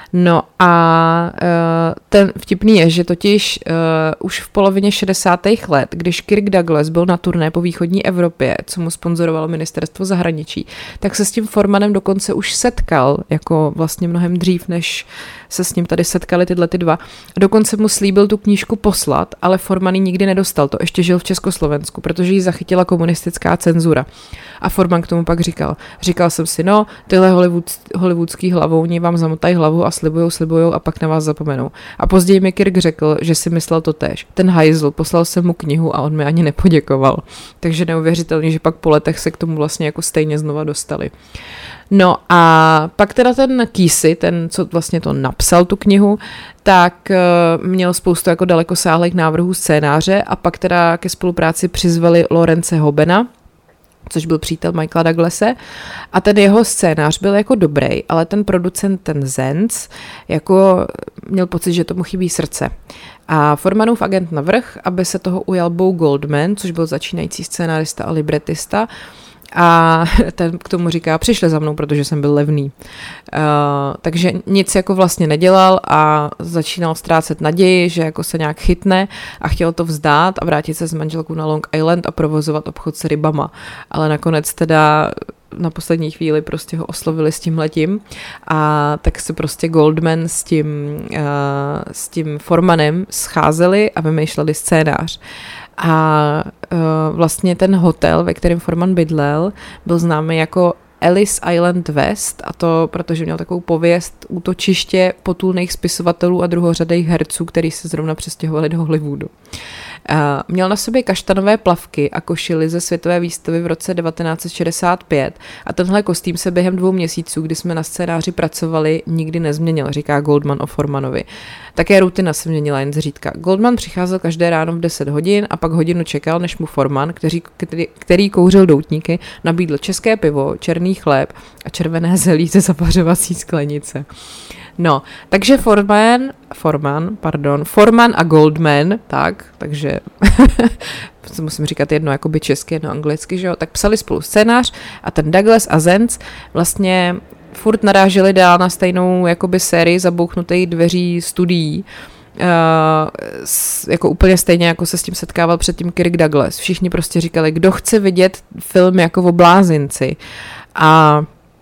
No a ten vtipný je, že totiž už v polovině 60. let, když Kirk Douglas byl na turné po východní Evropě, co mu sponzorovalo ministerstvo zahraničí, tak se s tím Formanem dokonce už setkal, jako vlastně mnohem dřív, než se s ním tady setkali tyhle ty dva. Dokonce mu slíbil tu knížku poslat, ale Forman ji nikdy nedostal, to ještě žil v Československu, protože ji zachytila komunistická cenzura. A Forman k tomu pak říkal jsem si, no, tyhle hollywoodský hlavouni vám zamotají hlavu a slibujou a pak na vás zapomenou. A později mi Kirk řekl, že si myslel to též. Ten hajzl, poslal jsem mu knihu a on mi ani nepoděkoval. Takže neuvěřitelný, že pak po letech se k tomu vlastně jako stejně znova dostali. No a pak teda ten Kesey, ten, co vlastně to napsal tu knihu, tak měl spoustu jako dalekosáhlých návrhů scénáře a pak teda ke spolupráci přizvali Lawrence Hobena, což byl přítel Michaela Douglase, a ten jeho scénář byl jako dobrý, ale ten producent, ten Zenz, jako měl pocit, že tomu chybí srdce. A Formanův agent navrch, aby se toho ujal Beau Goldman, což byl začínající scénárista a libretista, a ten k tomu říká, přišli za mnou, protože jsem byl levný. Takže nic jako vlastně nedělal a začínal ztrácet naději, že jako se nějak chytne a chtěl to vzdát a vrátit se s manželkou na Long Island a provozovat obchod s rybama. Ale nakonec teda na poslední chvíli prostě ho oslovili s tímhletím a tak se prostě Goldman s tím Formanem scházeli a vymýšleli scénář. A vlastně ten hotel, ve kterém Forman bydlel, byl známý jako Ellis Island West, a to protože měl takovou pověst útočiště potulných spisovatelů a druhořadých herců, kteří se zrovna přestěhovali do Hollywoodu. Měl na sobě kaštanové plavky a košili ze světové výstavy v roce 1965 a tenhle kostým se během 2 měsíců, kdy jsme na scénáři pracovali, nikdy nezměnil, říká Goldman o Formanovi. Také rutina se měnila jen zřídka. Goldman přicházel každé ráno v 10 hodin a pak hodinu čekal, než mu Forman, který kouřil doutníky, nabídl české pivo, černý chléb a červené zelí ze zapařovací sklenice. No, takže Forman a Goldman, takže musím říkat jedno jakoby česky, jedno anglicky, že jo, tak psali spolu scénář a ten Douglas a Zenz vlastně furt naráželi dál na stejnou jakoby sérii zabouchnutých dveří studií, jako úplně stejně, jako se s tím setkával předtím Kirk Douglas. Všichni prostě říkali, kdo chce vidět film jako o blázinci, a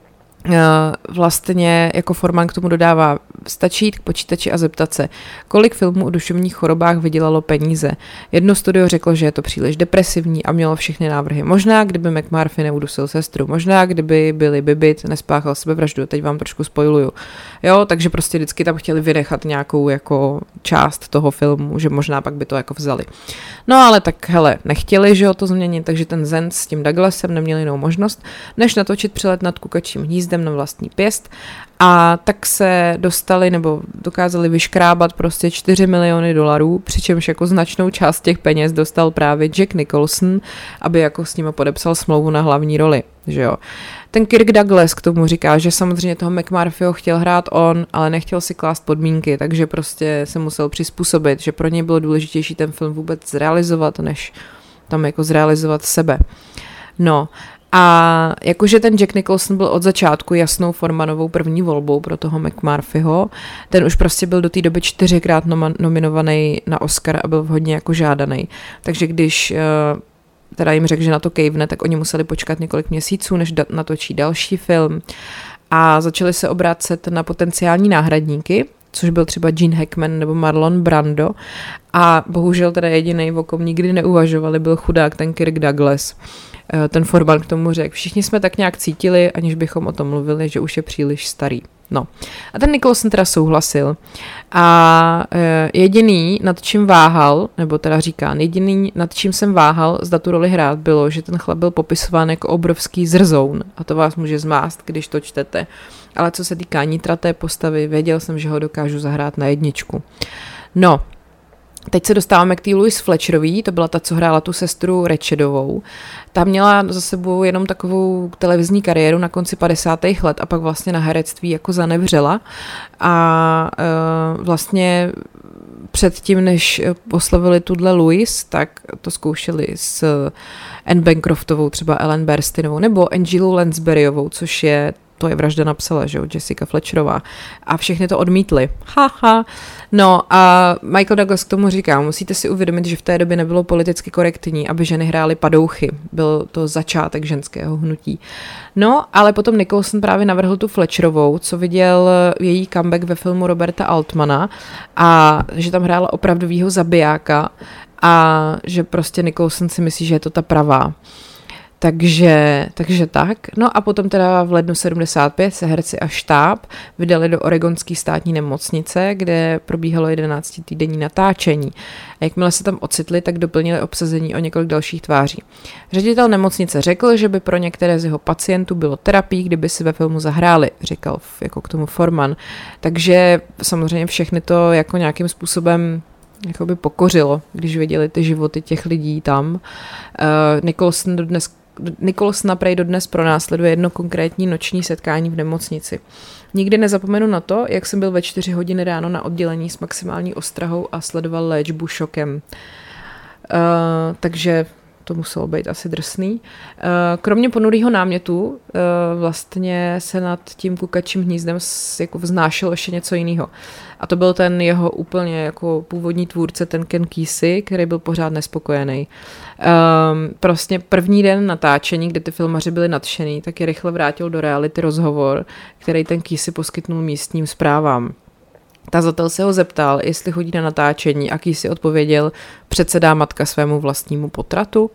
vlastně jako Forman k tomu dodává, stačí jít k počítači a zeptat se, kolik filmů o duševních chorobách vydělalo peníze. Jedno studio řeklo, že je to příliš depresivní a mělo všechny návrhy. Možná, kdyby McMurphy neudusil sestru, možná, kdyby Billy Bibbit nespáchal sebevraždu, teď vám trošku spoiluju. Jo, takže prostě vždycky tam chtěli vynechat nějakou jako část toho filmu, že možná pak by to jako vzali. No ale tak hele, nechtěli, že jo, to změnit, takže ten Zenz s tím Douglasem neměl jinou možnost, než natočit Přelet nad kukačím hnízdem na vlastní pěst, a tak se dostali nebo dokázali vyškrábat prostě $4 miliony, přičemž jako značnou část těch peněz dostal právě Jack Nicholson, aby jako s ním podepsal smlouvu na hlavní roli, že jo. Ten Kirk Douglas k tomu říká, že samozřejmě toho McMurphyho chtěl hrát on, ale nechtěl si klást podmínky, takže prostě se musel přizpůsobit, že pro něj bylo důležitější ten film vůbec zrealizovat, než tam jako zrealizovat sebe. No, a jakože ten Jack Nicholson byl od začátku jasnou Formanovou první volbou pro toho McMurphyho, ten už prostě byl do té doby 4krát nominovaný na Oscar a byl hodně jako žádaný. Takže když teda jim řekl, že na to kejvne, tak oni museli počkat několik měsíců, než natočí další film, a začali se obracet na potenciální náhradníky, což byl třeba Gene Hackman nebo Marlon Brando, a bohužel teda jedinej, o kom nikdy neuvažovali, byl chudák ten Kirk Douglas. Ten Forman k tomu řekl, všichni jsme tak nějak cítili, aniž bychom o tom mluvili, že už je příliš starý. No. A ten Nicholson teda souhlasil a jediný, nad čím váhal, nebo teda říká, jediný, nad čím jsem váhal, zda tu roli hrát, bylo, že ten chlap byl popisován jako obrovský zrzoun, a to vás může zmást, když to čtete. Ale co se týká nitraté postavy, věděl jsem, že ho dokážu zahrát na 1. No, teď se dostáváme k té Louise Fletcherový, to byla ta, co hrála tu sestru Ratchetovou. Ta měla za sebou jenom takovou televizní kariéru na konci 50. let a pak vlastně na herectví jako zanevřela. A vlastně předtím, než oslavili tuhle Louise, tak to zkoušeli s Anne Bancroftovou, třeba Ellen Burstynovou, nebo Angelou Lansburyovou, což je to je vražda napsala, že jo, Jessica Fletcherová. A všechny to odmítli. Haha. No a Michael Douglas k tomu říká, musíte si uvědomit, že v té době nebylo politicky korektní, aby ženy hrály padouchy. Byl to začátek ženského hnutí. No, ale potom Nicholson právě navrhl tu Fletcherovou, co viděl její comeback ve filmu Roberta Altmana a že tam hrála opravdovýho zabijáka a že prostě Nicholson si myslí, že je to ta pravá. Takže tak. No a potom teda v lednu 75 se herci a štáb vydali do oregonské státní nemocnice, kde probíhalo 11týdenní natáčení. A jakmile se tam ocitli, tak doplnili obsazení o několik dalších tváří. Ředitel nemocnice řekl, že by pro některé z jeho pacientů bylo terapií, kdyby si ve filmu zahráli, říkal jako k tomu Forman. Takže samozřejmě všechny to jako nějakým způsobem jakoby pokořilo, když viděli ty životy těch lidí tam. Nicholson prej dodnes pronásleduje jedno konkrétní noční setkání v nemocnici. Nikdy nezapomenu na to, jak jsem byl ve 4 hodiny ráno na oddělení s maximální ostrahou a sledoval léčbu šokem. Takže to muselo být asi drsný. Kromě ponurýho námětu vlastně se nad tím kukačím hnízdem jako vznášel ještě něco jiného. A to byl ten jeho úplně jako původní tvůrce, ten Ken Kesey, který byl pořád nespokojený. Prostě první den natáčení, kde ty filmaři byli nadšený, tak je rychle vrátil do reality rozhovor, který ten Kesey poskytnul místním zprávám. Tazatel se ho zeptal, jestli chodí na natáčení a Kesey odpověděl, předsedá matka svému vlastnímu potratu.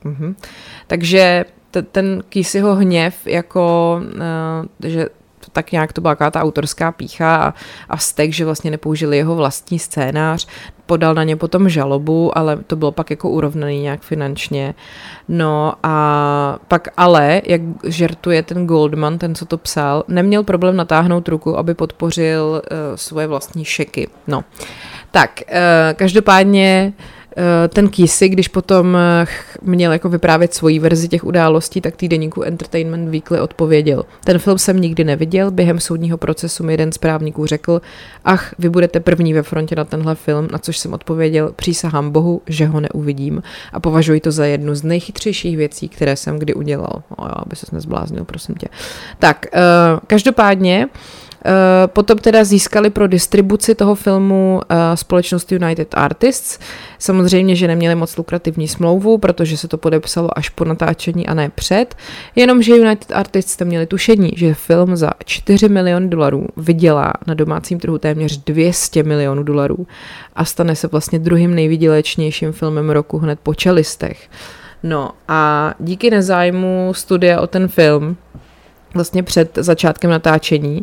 Takže ten Keseyho hněv, jako, že tak nějak to byla taková ta autorská pýcha a vztek, že vlastně nepoužili jeho vlastní scénář, podal na ně potom žalobu, ale to bylo pak jako urovnaný nějak finančně. No a pak ale, jak žertuje ten Goldman, ten, co to psal, neměl problém natáhnout ruku, aby podpořil svoje vlastní šeky. No, tak každopádně ten Kesey, když potom měl jako vyprávět svoji verzi těch událostí, tak týdeníku Entertainment Weekly odpověděl. Ten film jsem nikdy neviděl, během soudního procesu mi jeden z právníků řekl, ach, vy budete první ve frontě na tenhle film, na což jsem odpověděl, přísahám Bohu, že ho neuvidím a považuji to za jednu z nejchytřejších věcí, které jsem kdy udělal. Aby ses nezbláznil, prosím tě. Tak, každopádně potom teda získali pro distribuci toho filmu společnost United Artists. Samozřejmě, že neměli moc lukrativní smlouvu, protože se to podepsalo až po natáčení a ne před. Jenomže United Artists měli tušení, že film za $4 miliony vydělá na domácím trhu téměř $200 milionů a stane se vlastně druhým nejvydělečnějším filmem roku hned po Čelistech. No a díky nezájmu studia o ten film vlastně před začátkem natáčení,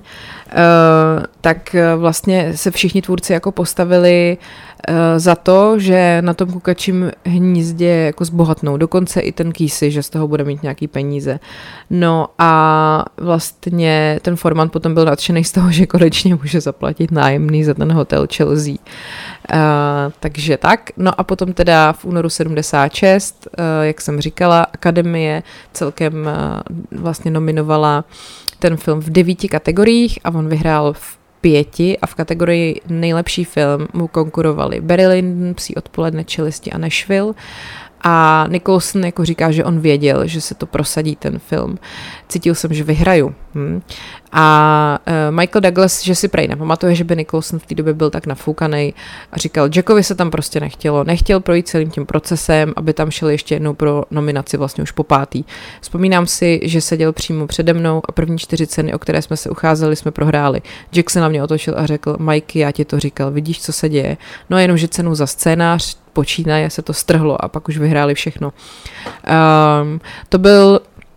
tak vlastně se všichni tvůrci jako postavili za to, že na tom kukačím hnízdě jako zbohatnou. Dokonce i ten Kesey, že z toho bude mít nějaký peníze. No a vlastně ten Forman potom byl nadšený z toho, že konečně může zaplatit nájemný za ten hotel Chelsea. Takže tak. No a potom teda v únoru 76, jak jsem říkala, Akademie celkem vlastně nominovala ten film v 9 kategoriích a on vyhrál v 5 a v kategorii nejlepší film mu konkurovali Barry Lyndon, Psí odpoledne, Čelisti a Nashville. A Nicholson jako říká, že on věděl, že se to prosadí ten film. Cítil jsem, že vyhraju. A Michael Douglas, že si prej nepamatuje, že by Nicholson v té době byl tak nafoukaný a říkal, Jackovi se tam prostě nechtělo. Nechtěl projít celým tím procesem, aby tam šel ještě jednou pro nominaci vlastně už po 5. Vzpomínám si, že seděl přímo přede mnou a první 4 ceny, o které jsme se ucházeli, jsme prohráli. Jack se na mě otočil a řekl, Mikey, já ti to říkal, vidíš, co se děje? No jenom, že cenu za scénář počínaje se to strhlo a pak už vyhráli všechno. To byl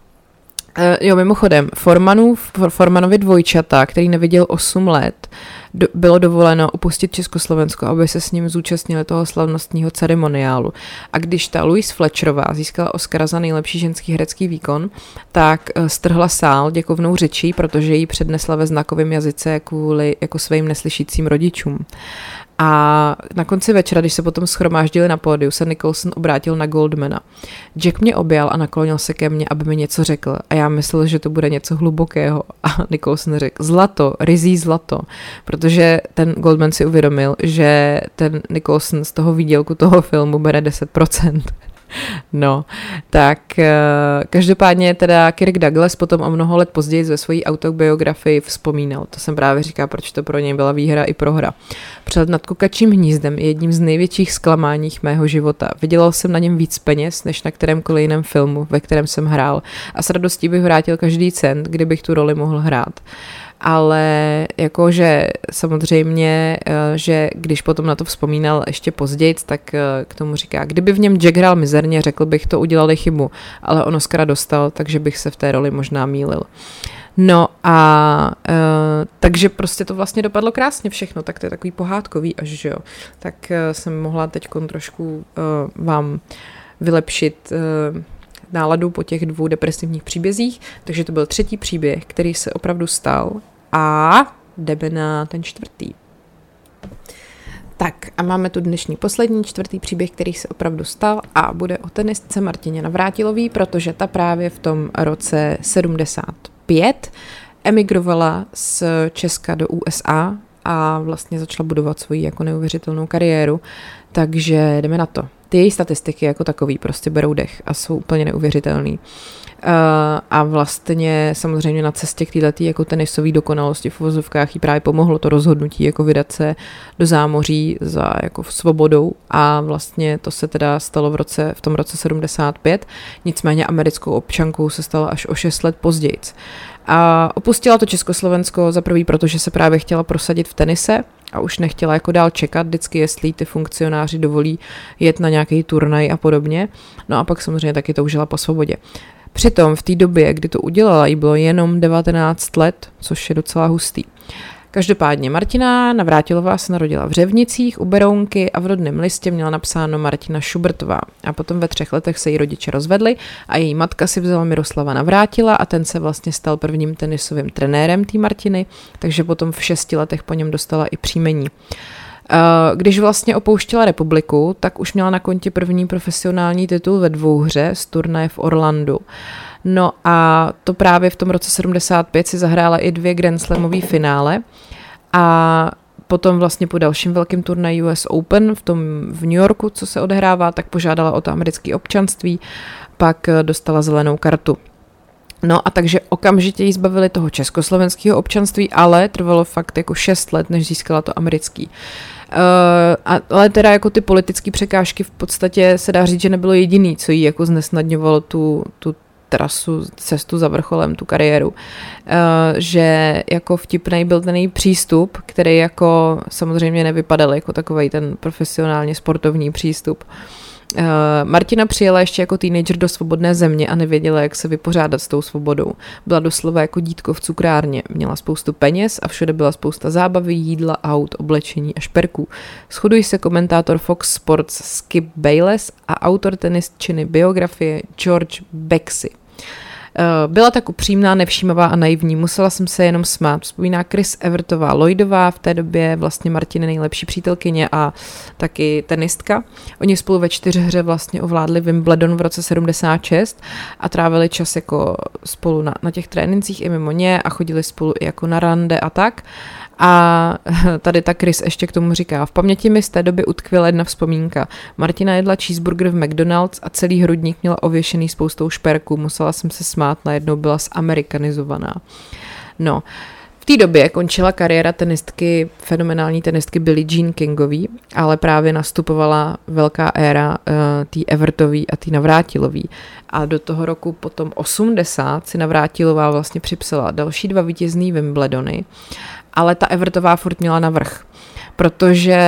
mimochodem, Formanovi dvojčata, který neviděl 8 let, bylo dovoleno opustit Československo, aby se s ním zúčastnili toho slavnostního ceremoniálu. A když ta Louise Fletcherová získala Oscara za nejlepší ženský herecký výkon, tak strhla sál děkovnou řečí, protože ji přednesla ve znakovém jazyce kvůli jako svým neslyšícím rodičům. A na konci večera, když se potom shromáždili na pódiu, se Nicholson obrátil na Goldmana. Jack mě objal a naklonil se ke mně, aby mi něco řekl. A já myslel, že to bude něco hlubokého. A Nicholson řekl, zlato, ryzí zlato. Protože ten Goldman si uvědomil, že ten Nicholson z toho výdělku toho filmu bere 10%. No, tak každopádně teda Kirk Douglas potom o mnoho let později ve své autobiografii vzpomínal. To jsem právě říkala, proč to pro něj byla výhra i prohra. Přelet nad Kukačím hnízdem je jedním z největších zklamání mého života. Vydělal jsem na něm víc peněz, než na kterémkoliv jiném filmu, ve kterém jsem hrál. A s radostí bych vrátil každý cent, kdybych tu roli mohl hrát. Ale jakože samozřejmě, že když potom na to vzpomínal ještě později, tak k tomu říká, kdyby v něm Jack hrál mizerně, řekl bych, to udělali chybu, ale on Oscara dostal, takže bych se v té roli možná mýlil. No a takže prostě to vlastně dopadlo krásně všechno, tak to je takový pohádkový až, že jo. Tak jsem mohla teď trošku vám vylepšit náladu po těch 2 depresivních příbězích, takže to byl 3. příběh, který se opravdu stal a jdeme na ten 4. Tak a máme tu dnešní poslední 4. příběh, který se opravdu stal a bude o tenistce Martině Navrátilový, protože ta právě v tom roce 75 emigrovala z Česka do USA a vlastně začala budovat svoji jako neuvěřitelnou kariéru, takže jdeme na to. Ty její statistiky jako takový prostě berou dech a jsou úplně neuvěřitelný. A vlastně samozřejmě na cestě k této jako tenisové dokonalosti v uvozovkách jí právě pomohlo to rozhodnutí jako vydat se do zámoří za jako svobodou a vlastně to se teda stalo v tom roce 75, nicméně americkou občankou se stala až o 6 let později. A opustila to Československo za prvý, protože se právě chtěla prosadit v tenise a už nechtěla jako dál čekat vždycky, jestli ty funkcionáři dovolí jet na nějaký turnaj a podobně. No a pak samozřejmě taky toužila po svobodě. Přitom v té době, kdy to udělala, jí bylo jenom 19 let, což je docela hustý. Každopádně Martina Navrátilová se narodila v Řevnicích u Berounky a v rodném listě měla napsáno Martina Šubertová. A potom ve 3 letech se jí rodiče rozvedli a její matka si vzala Miroslava Navrátila a ten se vlastně stal prvním tenisovým trenérem té Martiny, takže potom v 6 letech po něm dostala i příjmení. Když vlastně opouštěla republiku, tak už měla na kontě první profesionální titul ve dvouhře z turnaje v Orlandu. No a to právě v tom roce 75 si zahrála i 2 Grand Slamové finále a potom vlastně po dalším velkém turnaji US Open v New Yorku, co se odehrává, tak požádala o to americké občanství, pak dostala zelenou kartu. No a takže okamžitě jí zbavili toho československého občanství, ale trvalo fakt jako 6 let, než získala to americký. Ale teda jako ty politické překážky v podstatě se dá říct, že nebylo jediný, co jí jako znesnadňovalo tu trasu, cestu za vrcholem, tu kariéru. Že jako vtipnej byl ten její přístup, který jako samozřejmě nevypadal jako takovej ten profesionálně sportovní přístup. Martina přijela ještě jako teenager do svobodné země a nevěděla, jak se vypořádat s tou svobodou. Byla doslova jako dítko v cukrárně, měla spoustu peněz a všude byla spousta zábavy, jídla, aut, oblečení a šperků. Shodují se komentátor Fox Sports Skip Bayless a autor tenistčiny biografie George Bexy. Byla tak upřímná, nevšímavá a naivní, musela jsem se jenom smát. Vzpomíná Chris Evertová Lloydová, v té době vlastně Martiny nejlepší přítelkyně a taky tenistka. Oni spolu ve 4hře vlastně ovládli Wimbledon v roce 76 a trávili čas jako spolu na těch trénincích i mimo ně a chodili spolu i jako na rande a tak. A tady ta Chris ještě k tomu říká, v paměti mi z té doby utkvěla jedna vzpomínka. Martina jedla cheeseburger v McDonald's a celý hrudník měla ověšený spoustou šperků. Musela jsem se smát, najednou byla zamerikanizovaná. No, v té době končila kariéra tenistky, fenomenální tenistky Billie Jean Kingový, ale právě nastupovala velká éra té Evertový a té Navrátilový. A do toho roku potom 80 si Navrátilová vlastně připsala další 2 vítězný Wimbledony, ale ta Evertová furt měla navrch, protože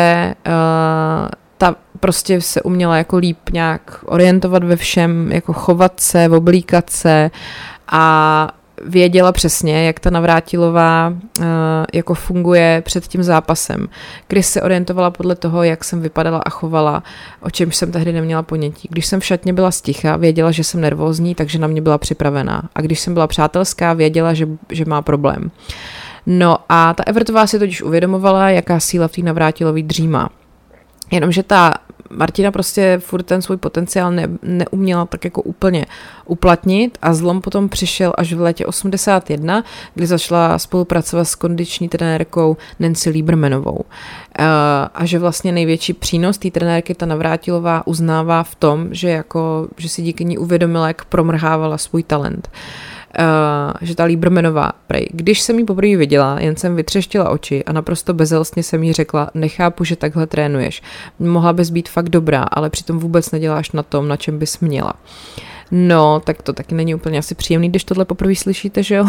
ta prostě se uměla jako líp nějak orientovat ve všem, jako chovat se, oblíkat se a věděla přesně, jak ta Navrátilová jako funguje před tím zápasem. Chris se orientovala podle toho, jak jsem vypadala a chovala, o čemž jsem tehdy neměla ponětí. Když jsem v šatně byla sticha, věděla, že jsem nervózní, takže na mě byla připravená. A když jsem byla přátelská, věděla, že má problém. No a ta Evertová si totiž uvědomovala, jaká síla v té Navrátilové dřímá. Jenomže ta Martina prostě furt ten svůj potenciál neuměla tak jako úplně uplatnit a zlom potom přišel až v létě 81, kdy začala spolupracovat s kondiční trenérkou Nancy Liebermanovou. A že vlastně největší přínos té trenérky ta Navrátilová uznává v tom, že si díky ní uvědomila, jak promrhávala svůj talent. Že ta Liebermanová, když jsem jí poprvé viděla, jen jsem vytřeštila oči a naprosto bezelstně jsem jí řekla, nechápu, že takhle trénuješ. Mohla bys být fakt dobrá, ale přitom vůbec neděláš na tom, na čem bys měla. No, tak to taky není úplně asi příjemný, když tohle poprvé slyšíte, že jo?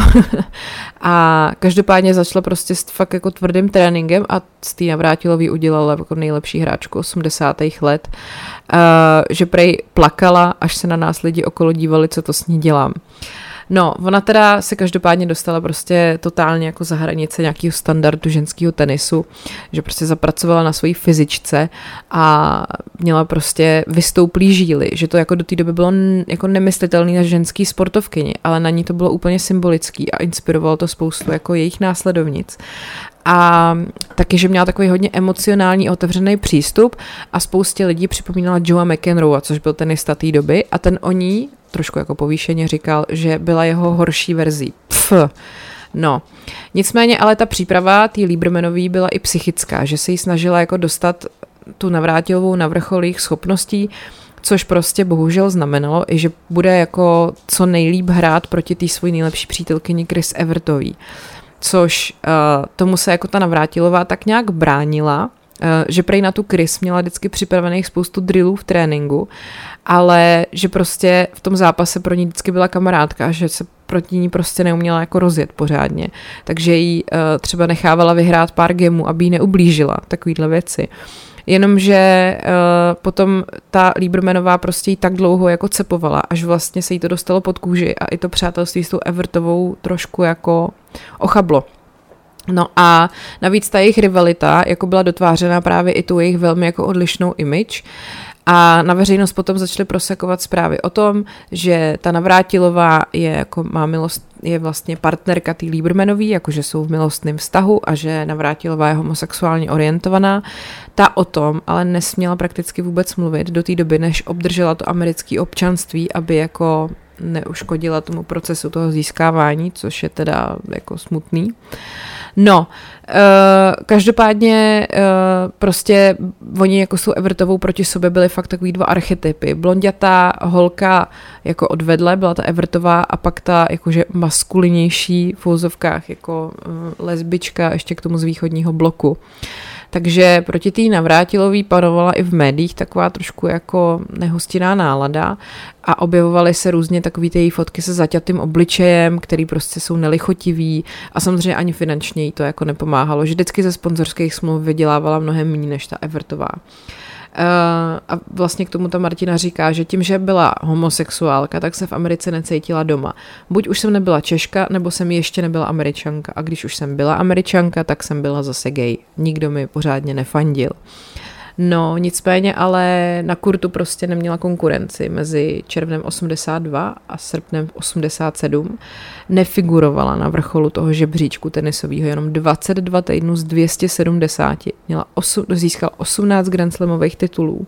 A každopádně začala prostě s fakt jako tvrdým tréninkem a z té Navrátilový udělala jako nejlepší hráčku 80. let, že prej plakala, až se na nás lidi okolo dívali, co to s ní dělám. No, ona teda se každopádně dostala prostě totálně jako za hranice nějakého standardu ženského tenisu, že prostě zapracovala na svojí fyzičce a měla prostě vystouplý žíly, že to jako do té doby bylo jako nemyslitelné na ženský sportovkyni, ale na ní to bylo úplně symbolický a inspirovalo to spoustu jako jejich následovnic. A taky, že měla takový hodně emocionální otevřený přístup a spoustě lidí připomínala Joea McEnroea, což byl tenista té doby a ten o ní trošku jako povýšeně říkal, že byla jeho horší verzí. No, nicméně ale ta příprava té Liebermanový byla i psychická, že se jí snažila jako dostat tu Navrátilovou na vrchol jejich schopností, což prostě bohužel znamenalo i, že bude jako co nejlíp hrát proti té svojí nejlepší přítelkyni Chris Evertový. Což tomu se jako ta Navrátilová tak nějak bránila, že prej na tu Chris měla vždycky připravených spoustu drillů v tréninku, ale že prostě v tom zápase pro ní vždycky byla kamarádka a že se proti ní prostě neuměla jako rozjet pořádně. Takže jí třeba nechávala vyhrát pár gemů, aby jí neublížila, takovýhle věci. Jenomže potom ta Liebermanová prostě jí tak dlouho jako cepovala, až vlastně se jí to dostalo pod kůži a i to přátelství s tou Evertovou trošku jako ochablo. No a navíc ta jejich rivalita jako byla dotvářena právě i tu jejich velmi jako odlišnou image a na veřejnost potom začaly prosakovat zprávy o tom, že ta Navrátilová je vlastně partnerka té Liebermanový, jakože jsou v milostném vztahu a že Navrátilová je homosexuálně orientovaná. Ta o tom ale nesměla prakticky vůbec mluvit do té doby, než obdržela to americké občanství, aby jako neuškodila tomu procesu toho získávání, což je teda jako smutný. No, každopádně prostě oni jako s tou Evertovou proti sobě byli fakt takový dva archetypy. Blonďatá holka jako odvedle byla ta Evertová a pak ta jakože maskulinější v úzovkách jako lesbička ještě k tomu z východního bloku. Takže proti té Navrátilový panovala i v médiích taková trošku jako nehostinná nálada a objevovaly se různě takový ty její fotky se zaťatým obličejem, který prostě jsou nelichotivý a samozřejmě ani finančně jí to jako nepomáhalo, že vždycky ze sponzorských smluv vydělávala mnohem méně než ta Evertová. A vlastně k tomu ta Martina říká, že tím, že byla homosexuálka, tak se v Americe necítila doma. Buď už jsem nebyla Češka, nebo jsem ještě nebyla Američanka. A když už jsem byla Američanka, tak jsem byla zase gay. Nikdo mi pořádně nefandil. No, nicméně ale na kurtu prostě neměla konkurenci. Mezi červnem 82 a srpnem 87 nefigurovala na vrcholu toho žebříčku tenisového jenom 22 týdnů z 270. Získala 18 Grand Slamových titulů.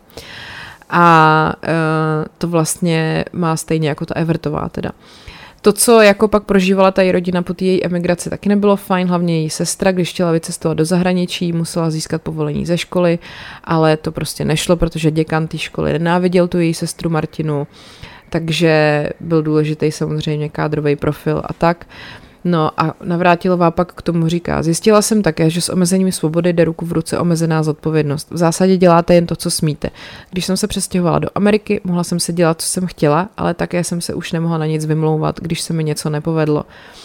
A to vlastně má stejně jako ta Evertová teda. To, co jako pak prožívala ta její rodina po té její emigraci, taky nebylo fajn, hlavně její sestra, když chtěla vycestovat do zahraničí, musela získat povolení ze školy, ale to prostě nešlo, protože děkan té školy nenáviděl tu její sestru Martinu, takže byl důležitý samozřejmě kádrový profil a tak. No a Navrátilová pak k tomu říká, zjistila jsem také, že s omezením svobody jde ruku v ruce omezená zodpovědnost. V zásadě děláte jen to, co smíte. Když jsem se přestěhovala do Ameriky, mohla jsem si dělat, co jsem chtěla, ale také jsem se už nemohla na nic vymlouvat, když se mi něco nepovedlo.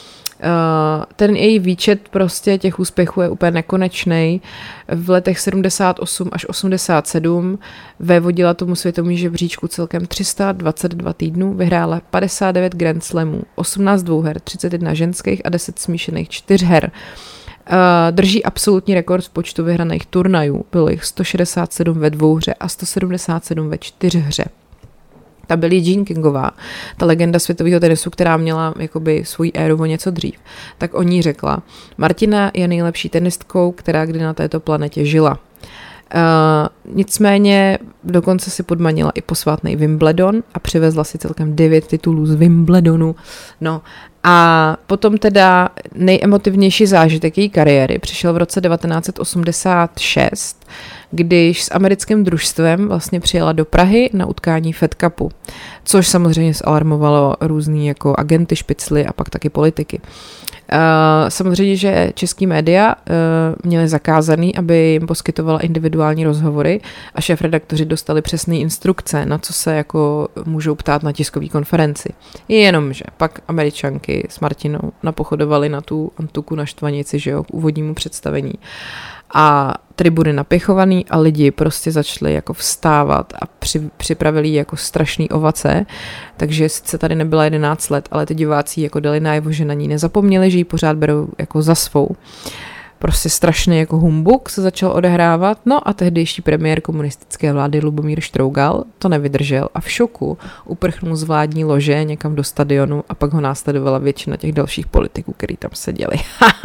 Ten její výčet prostě těch úspěchů je úplně nekonečný. V letech 78 až 87 vévodila tomu světovému žebříčku celkem 322 týdnů, vyhrála 59 Grand Slamů, 18 dvouher, 31 ženských a 10 smíšených čtyřher. Drží absolutní rekord v počtu vyhraných turnajů, bylo jich 167 ve dvouhře a 177 ve čtyřhře. Ta Billie Jean Kingová, ta legenda světového tenisu, která měla jakoby svůj éru o něco dřív, tak o ní řekla, Martina je nejlepší tenistkou, která kdy na této planetě žila. Nicméně dokonce si podmanila i posvátný Wimbledon a přivezla si celkem 9 titulů z Wimbledonu. No a potom teda nejemotivnější zážitek její kariéry přišel v roce 1986, když s americkým družstvem vlastně přijela do Prahy na utkání Fed Cupu, což samozřejmě zalarmovalo různý jako agenty, špicly a pak taky politiky. Samozřejmě, že český média měli zakázaný, aby jim poskytovala individuální rozhovory a šéfredaktoři dostali přesné instrukce, na co se jako můžou ptát na tiskové konferenci. Jenomže pak Američanky s Martinou napochodovali na tu Antuku na Štvanici, že jo, k úvodnímu představení. A tribuny napěchovaný a lidi prostě začali jako vstávat a připravili jako strašný ovace, takže sice tady nebyla 11 let, ale ty diváci jako dali najevo, že na ní nezapomněli, že ji pořád berou jako za svou. Prostě strašný jako humbuk se začal odehrávat, no a tehdejší premiér komunistické vlády Lubomír Štrougal to nevydržel a v šoku uprchnul z vládní lože někam do stadionu a pak ho následovala většina těch dalších politiků, kteří tam seděli.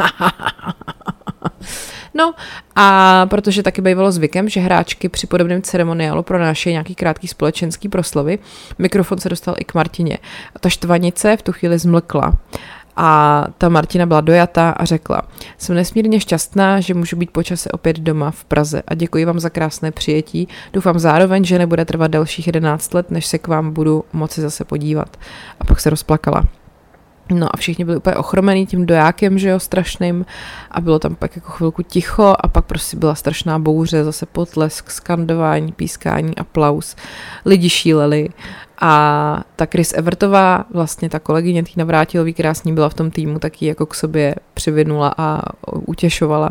No a protože taky bývalo zvykem, že hráčky při podobném ceremoniálu pronášejí nějaký krátký společenský proslovy, mikrofon se dostal i k Martině. A ta Štvanice v tu chvíli zmlkla. A ta Martina byla dojatá a řekla: jsem nesmírně šťastná, že můžu být po čase opět doma v Praze a děkuji vám za krásné přijetí. Doufám zároveň, že nebude trvat dalších 11 let, než se k vám budu moci zase podívat. A pak se rozplakala. No a všichni byli úplně ochromený tím dojákem, že jo, strašným a bylo tam pak jako chvilku ticho a pak prostě byla strašná bouře, zase potlesk, skandování, pískání, aplaus, lidi šíleli a ta Chris Evertová, vlastně ta kolegyně Týna Vrátilový, která s ní byla v tom týmu, taky jako k sobě přivinula a utěšovala.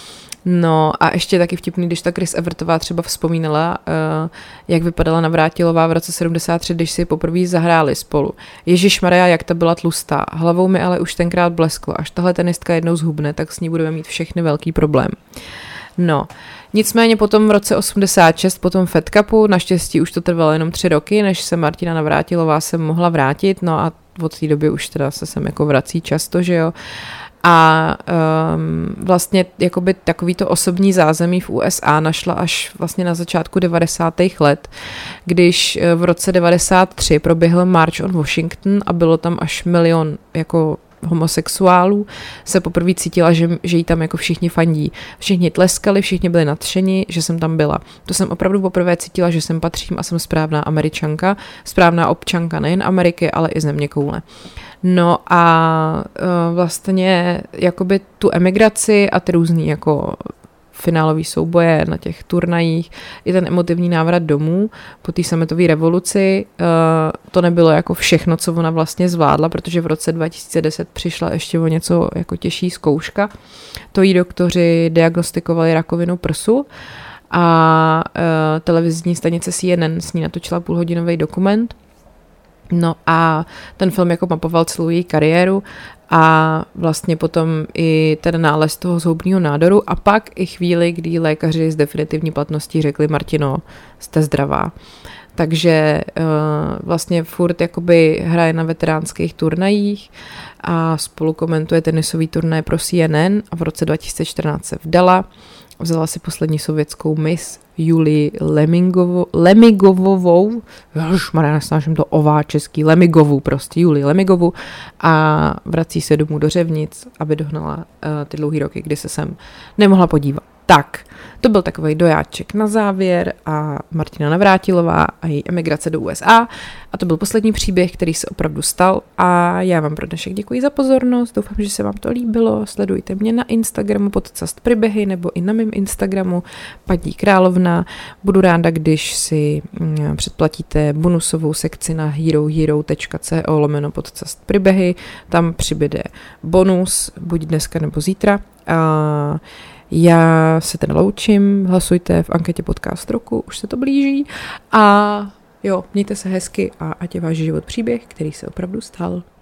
No a ještě taky vtipný, když ta Chris Evertová třeba vzpomínala, jak vypadala Navrátilová v roce 73, když si poprvé zahráli spolu. Ježišmarja, jak ta byla tlustá. Hlavou mi ale už tenkrát blesklo. Až tahle tenistka jednou zhubne, tak s ní budeme mít všechny velký problém. No, nicméně potom v roce 86, potom Fed Cupu, naštěstí už to trvalo jenom 3 roky, než se Martina Navrátilová se mohla vrátit, no a od té doby už teda se sem jako vrací často, že jo. A vlastně jakoby takovýto osobní zázemí v USA našla až vlastně na začátku 90. let, když v roce 93 proběhl March on Washington a bylo tam až 1 milion jako homosexuálů, se poprvé cítila, že jí tam jako všichni fandí. Všichni tleskali, všichni byli nadšeni, že jsem tam byla. To jsem opravdu poprvé cítila, že sem patřím a jsem správná Američanka, správná občanka nejen Ameriky, ale i zeměkoule. No a vlastně jakoby tu emigraci a ty různý jako finálový souboje na těch turnajích, i ten emotivní návrat domů po té sametové revoluci, to nebylo jako všechno, co ona vlastně zvládla, protože v roce 2010 přišla ještě o něco jako těžší zkouška. To jí doktoři diagnostikovali rakovinu prsu a televizní stanice CNN s ní natočila 5hodinový dokument. No a ten film jako mapoval celou její kariéru a vlastně potom i ten nález toho zhoubného nádoru a pak i chvíli, kdy lékaři s definitivní platností řekli: Martino, jste zdravá. Takže vlastně furt jakoby hraje na veteránských turnajích a spolu komentuje tenisový turnaj pro CNN a v roce 2014 se vdala. Vzala si poslední sovětskou miss Julii Lemigovovou, ježišmarja, nesnáším to český, Lemigovu prostě, Julii Lemigovu a vrací se domů do Řevnic, aby dohnala ty dlouhý roky, kdy se sem nemohla podívat. Tak, to byl takový dojáček na závěr a Martina Navrátilová a její emigrace do USA a to byl poslední příběh, který se opravdu stal a já vám pro dnešek děkuji za pozornost, doufám, že se vám to líbilo, sledujte mě na Instagramu Podcast Příběhy nebo i na mém Instagramu Paní Královna, budu ráda, když si předplatíte bonusovou sekci na herohero.co/podcast Příběhy, tam přibude bonus, buď dneska nebo zítra a já se teda loučím, hlasujte v anketě Podcast roku, už se to blíží a jo, mějte se hezky a ať je váš život příběh, který se opravdu stal.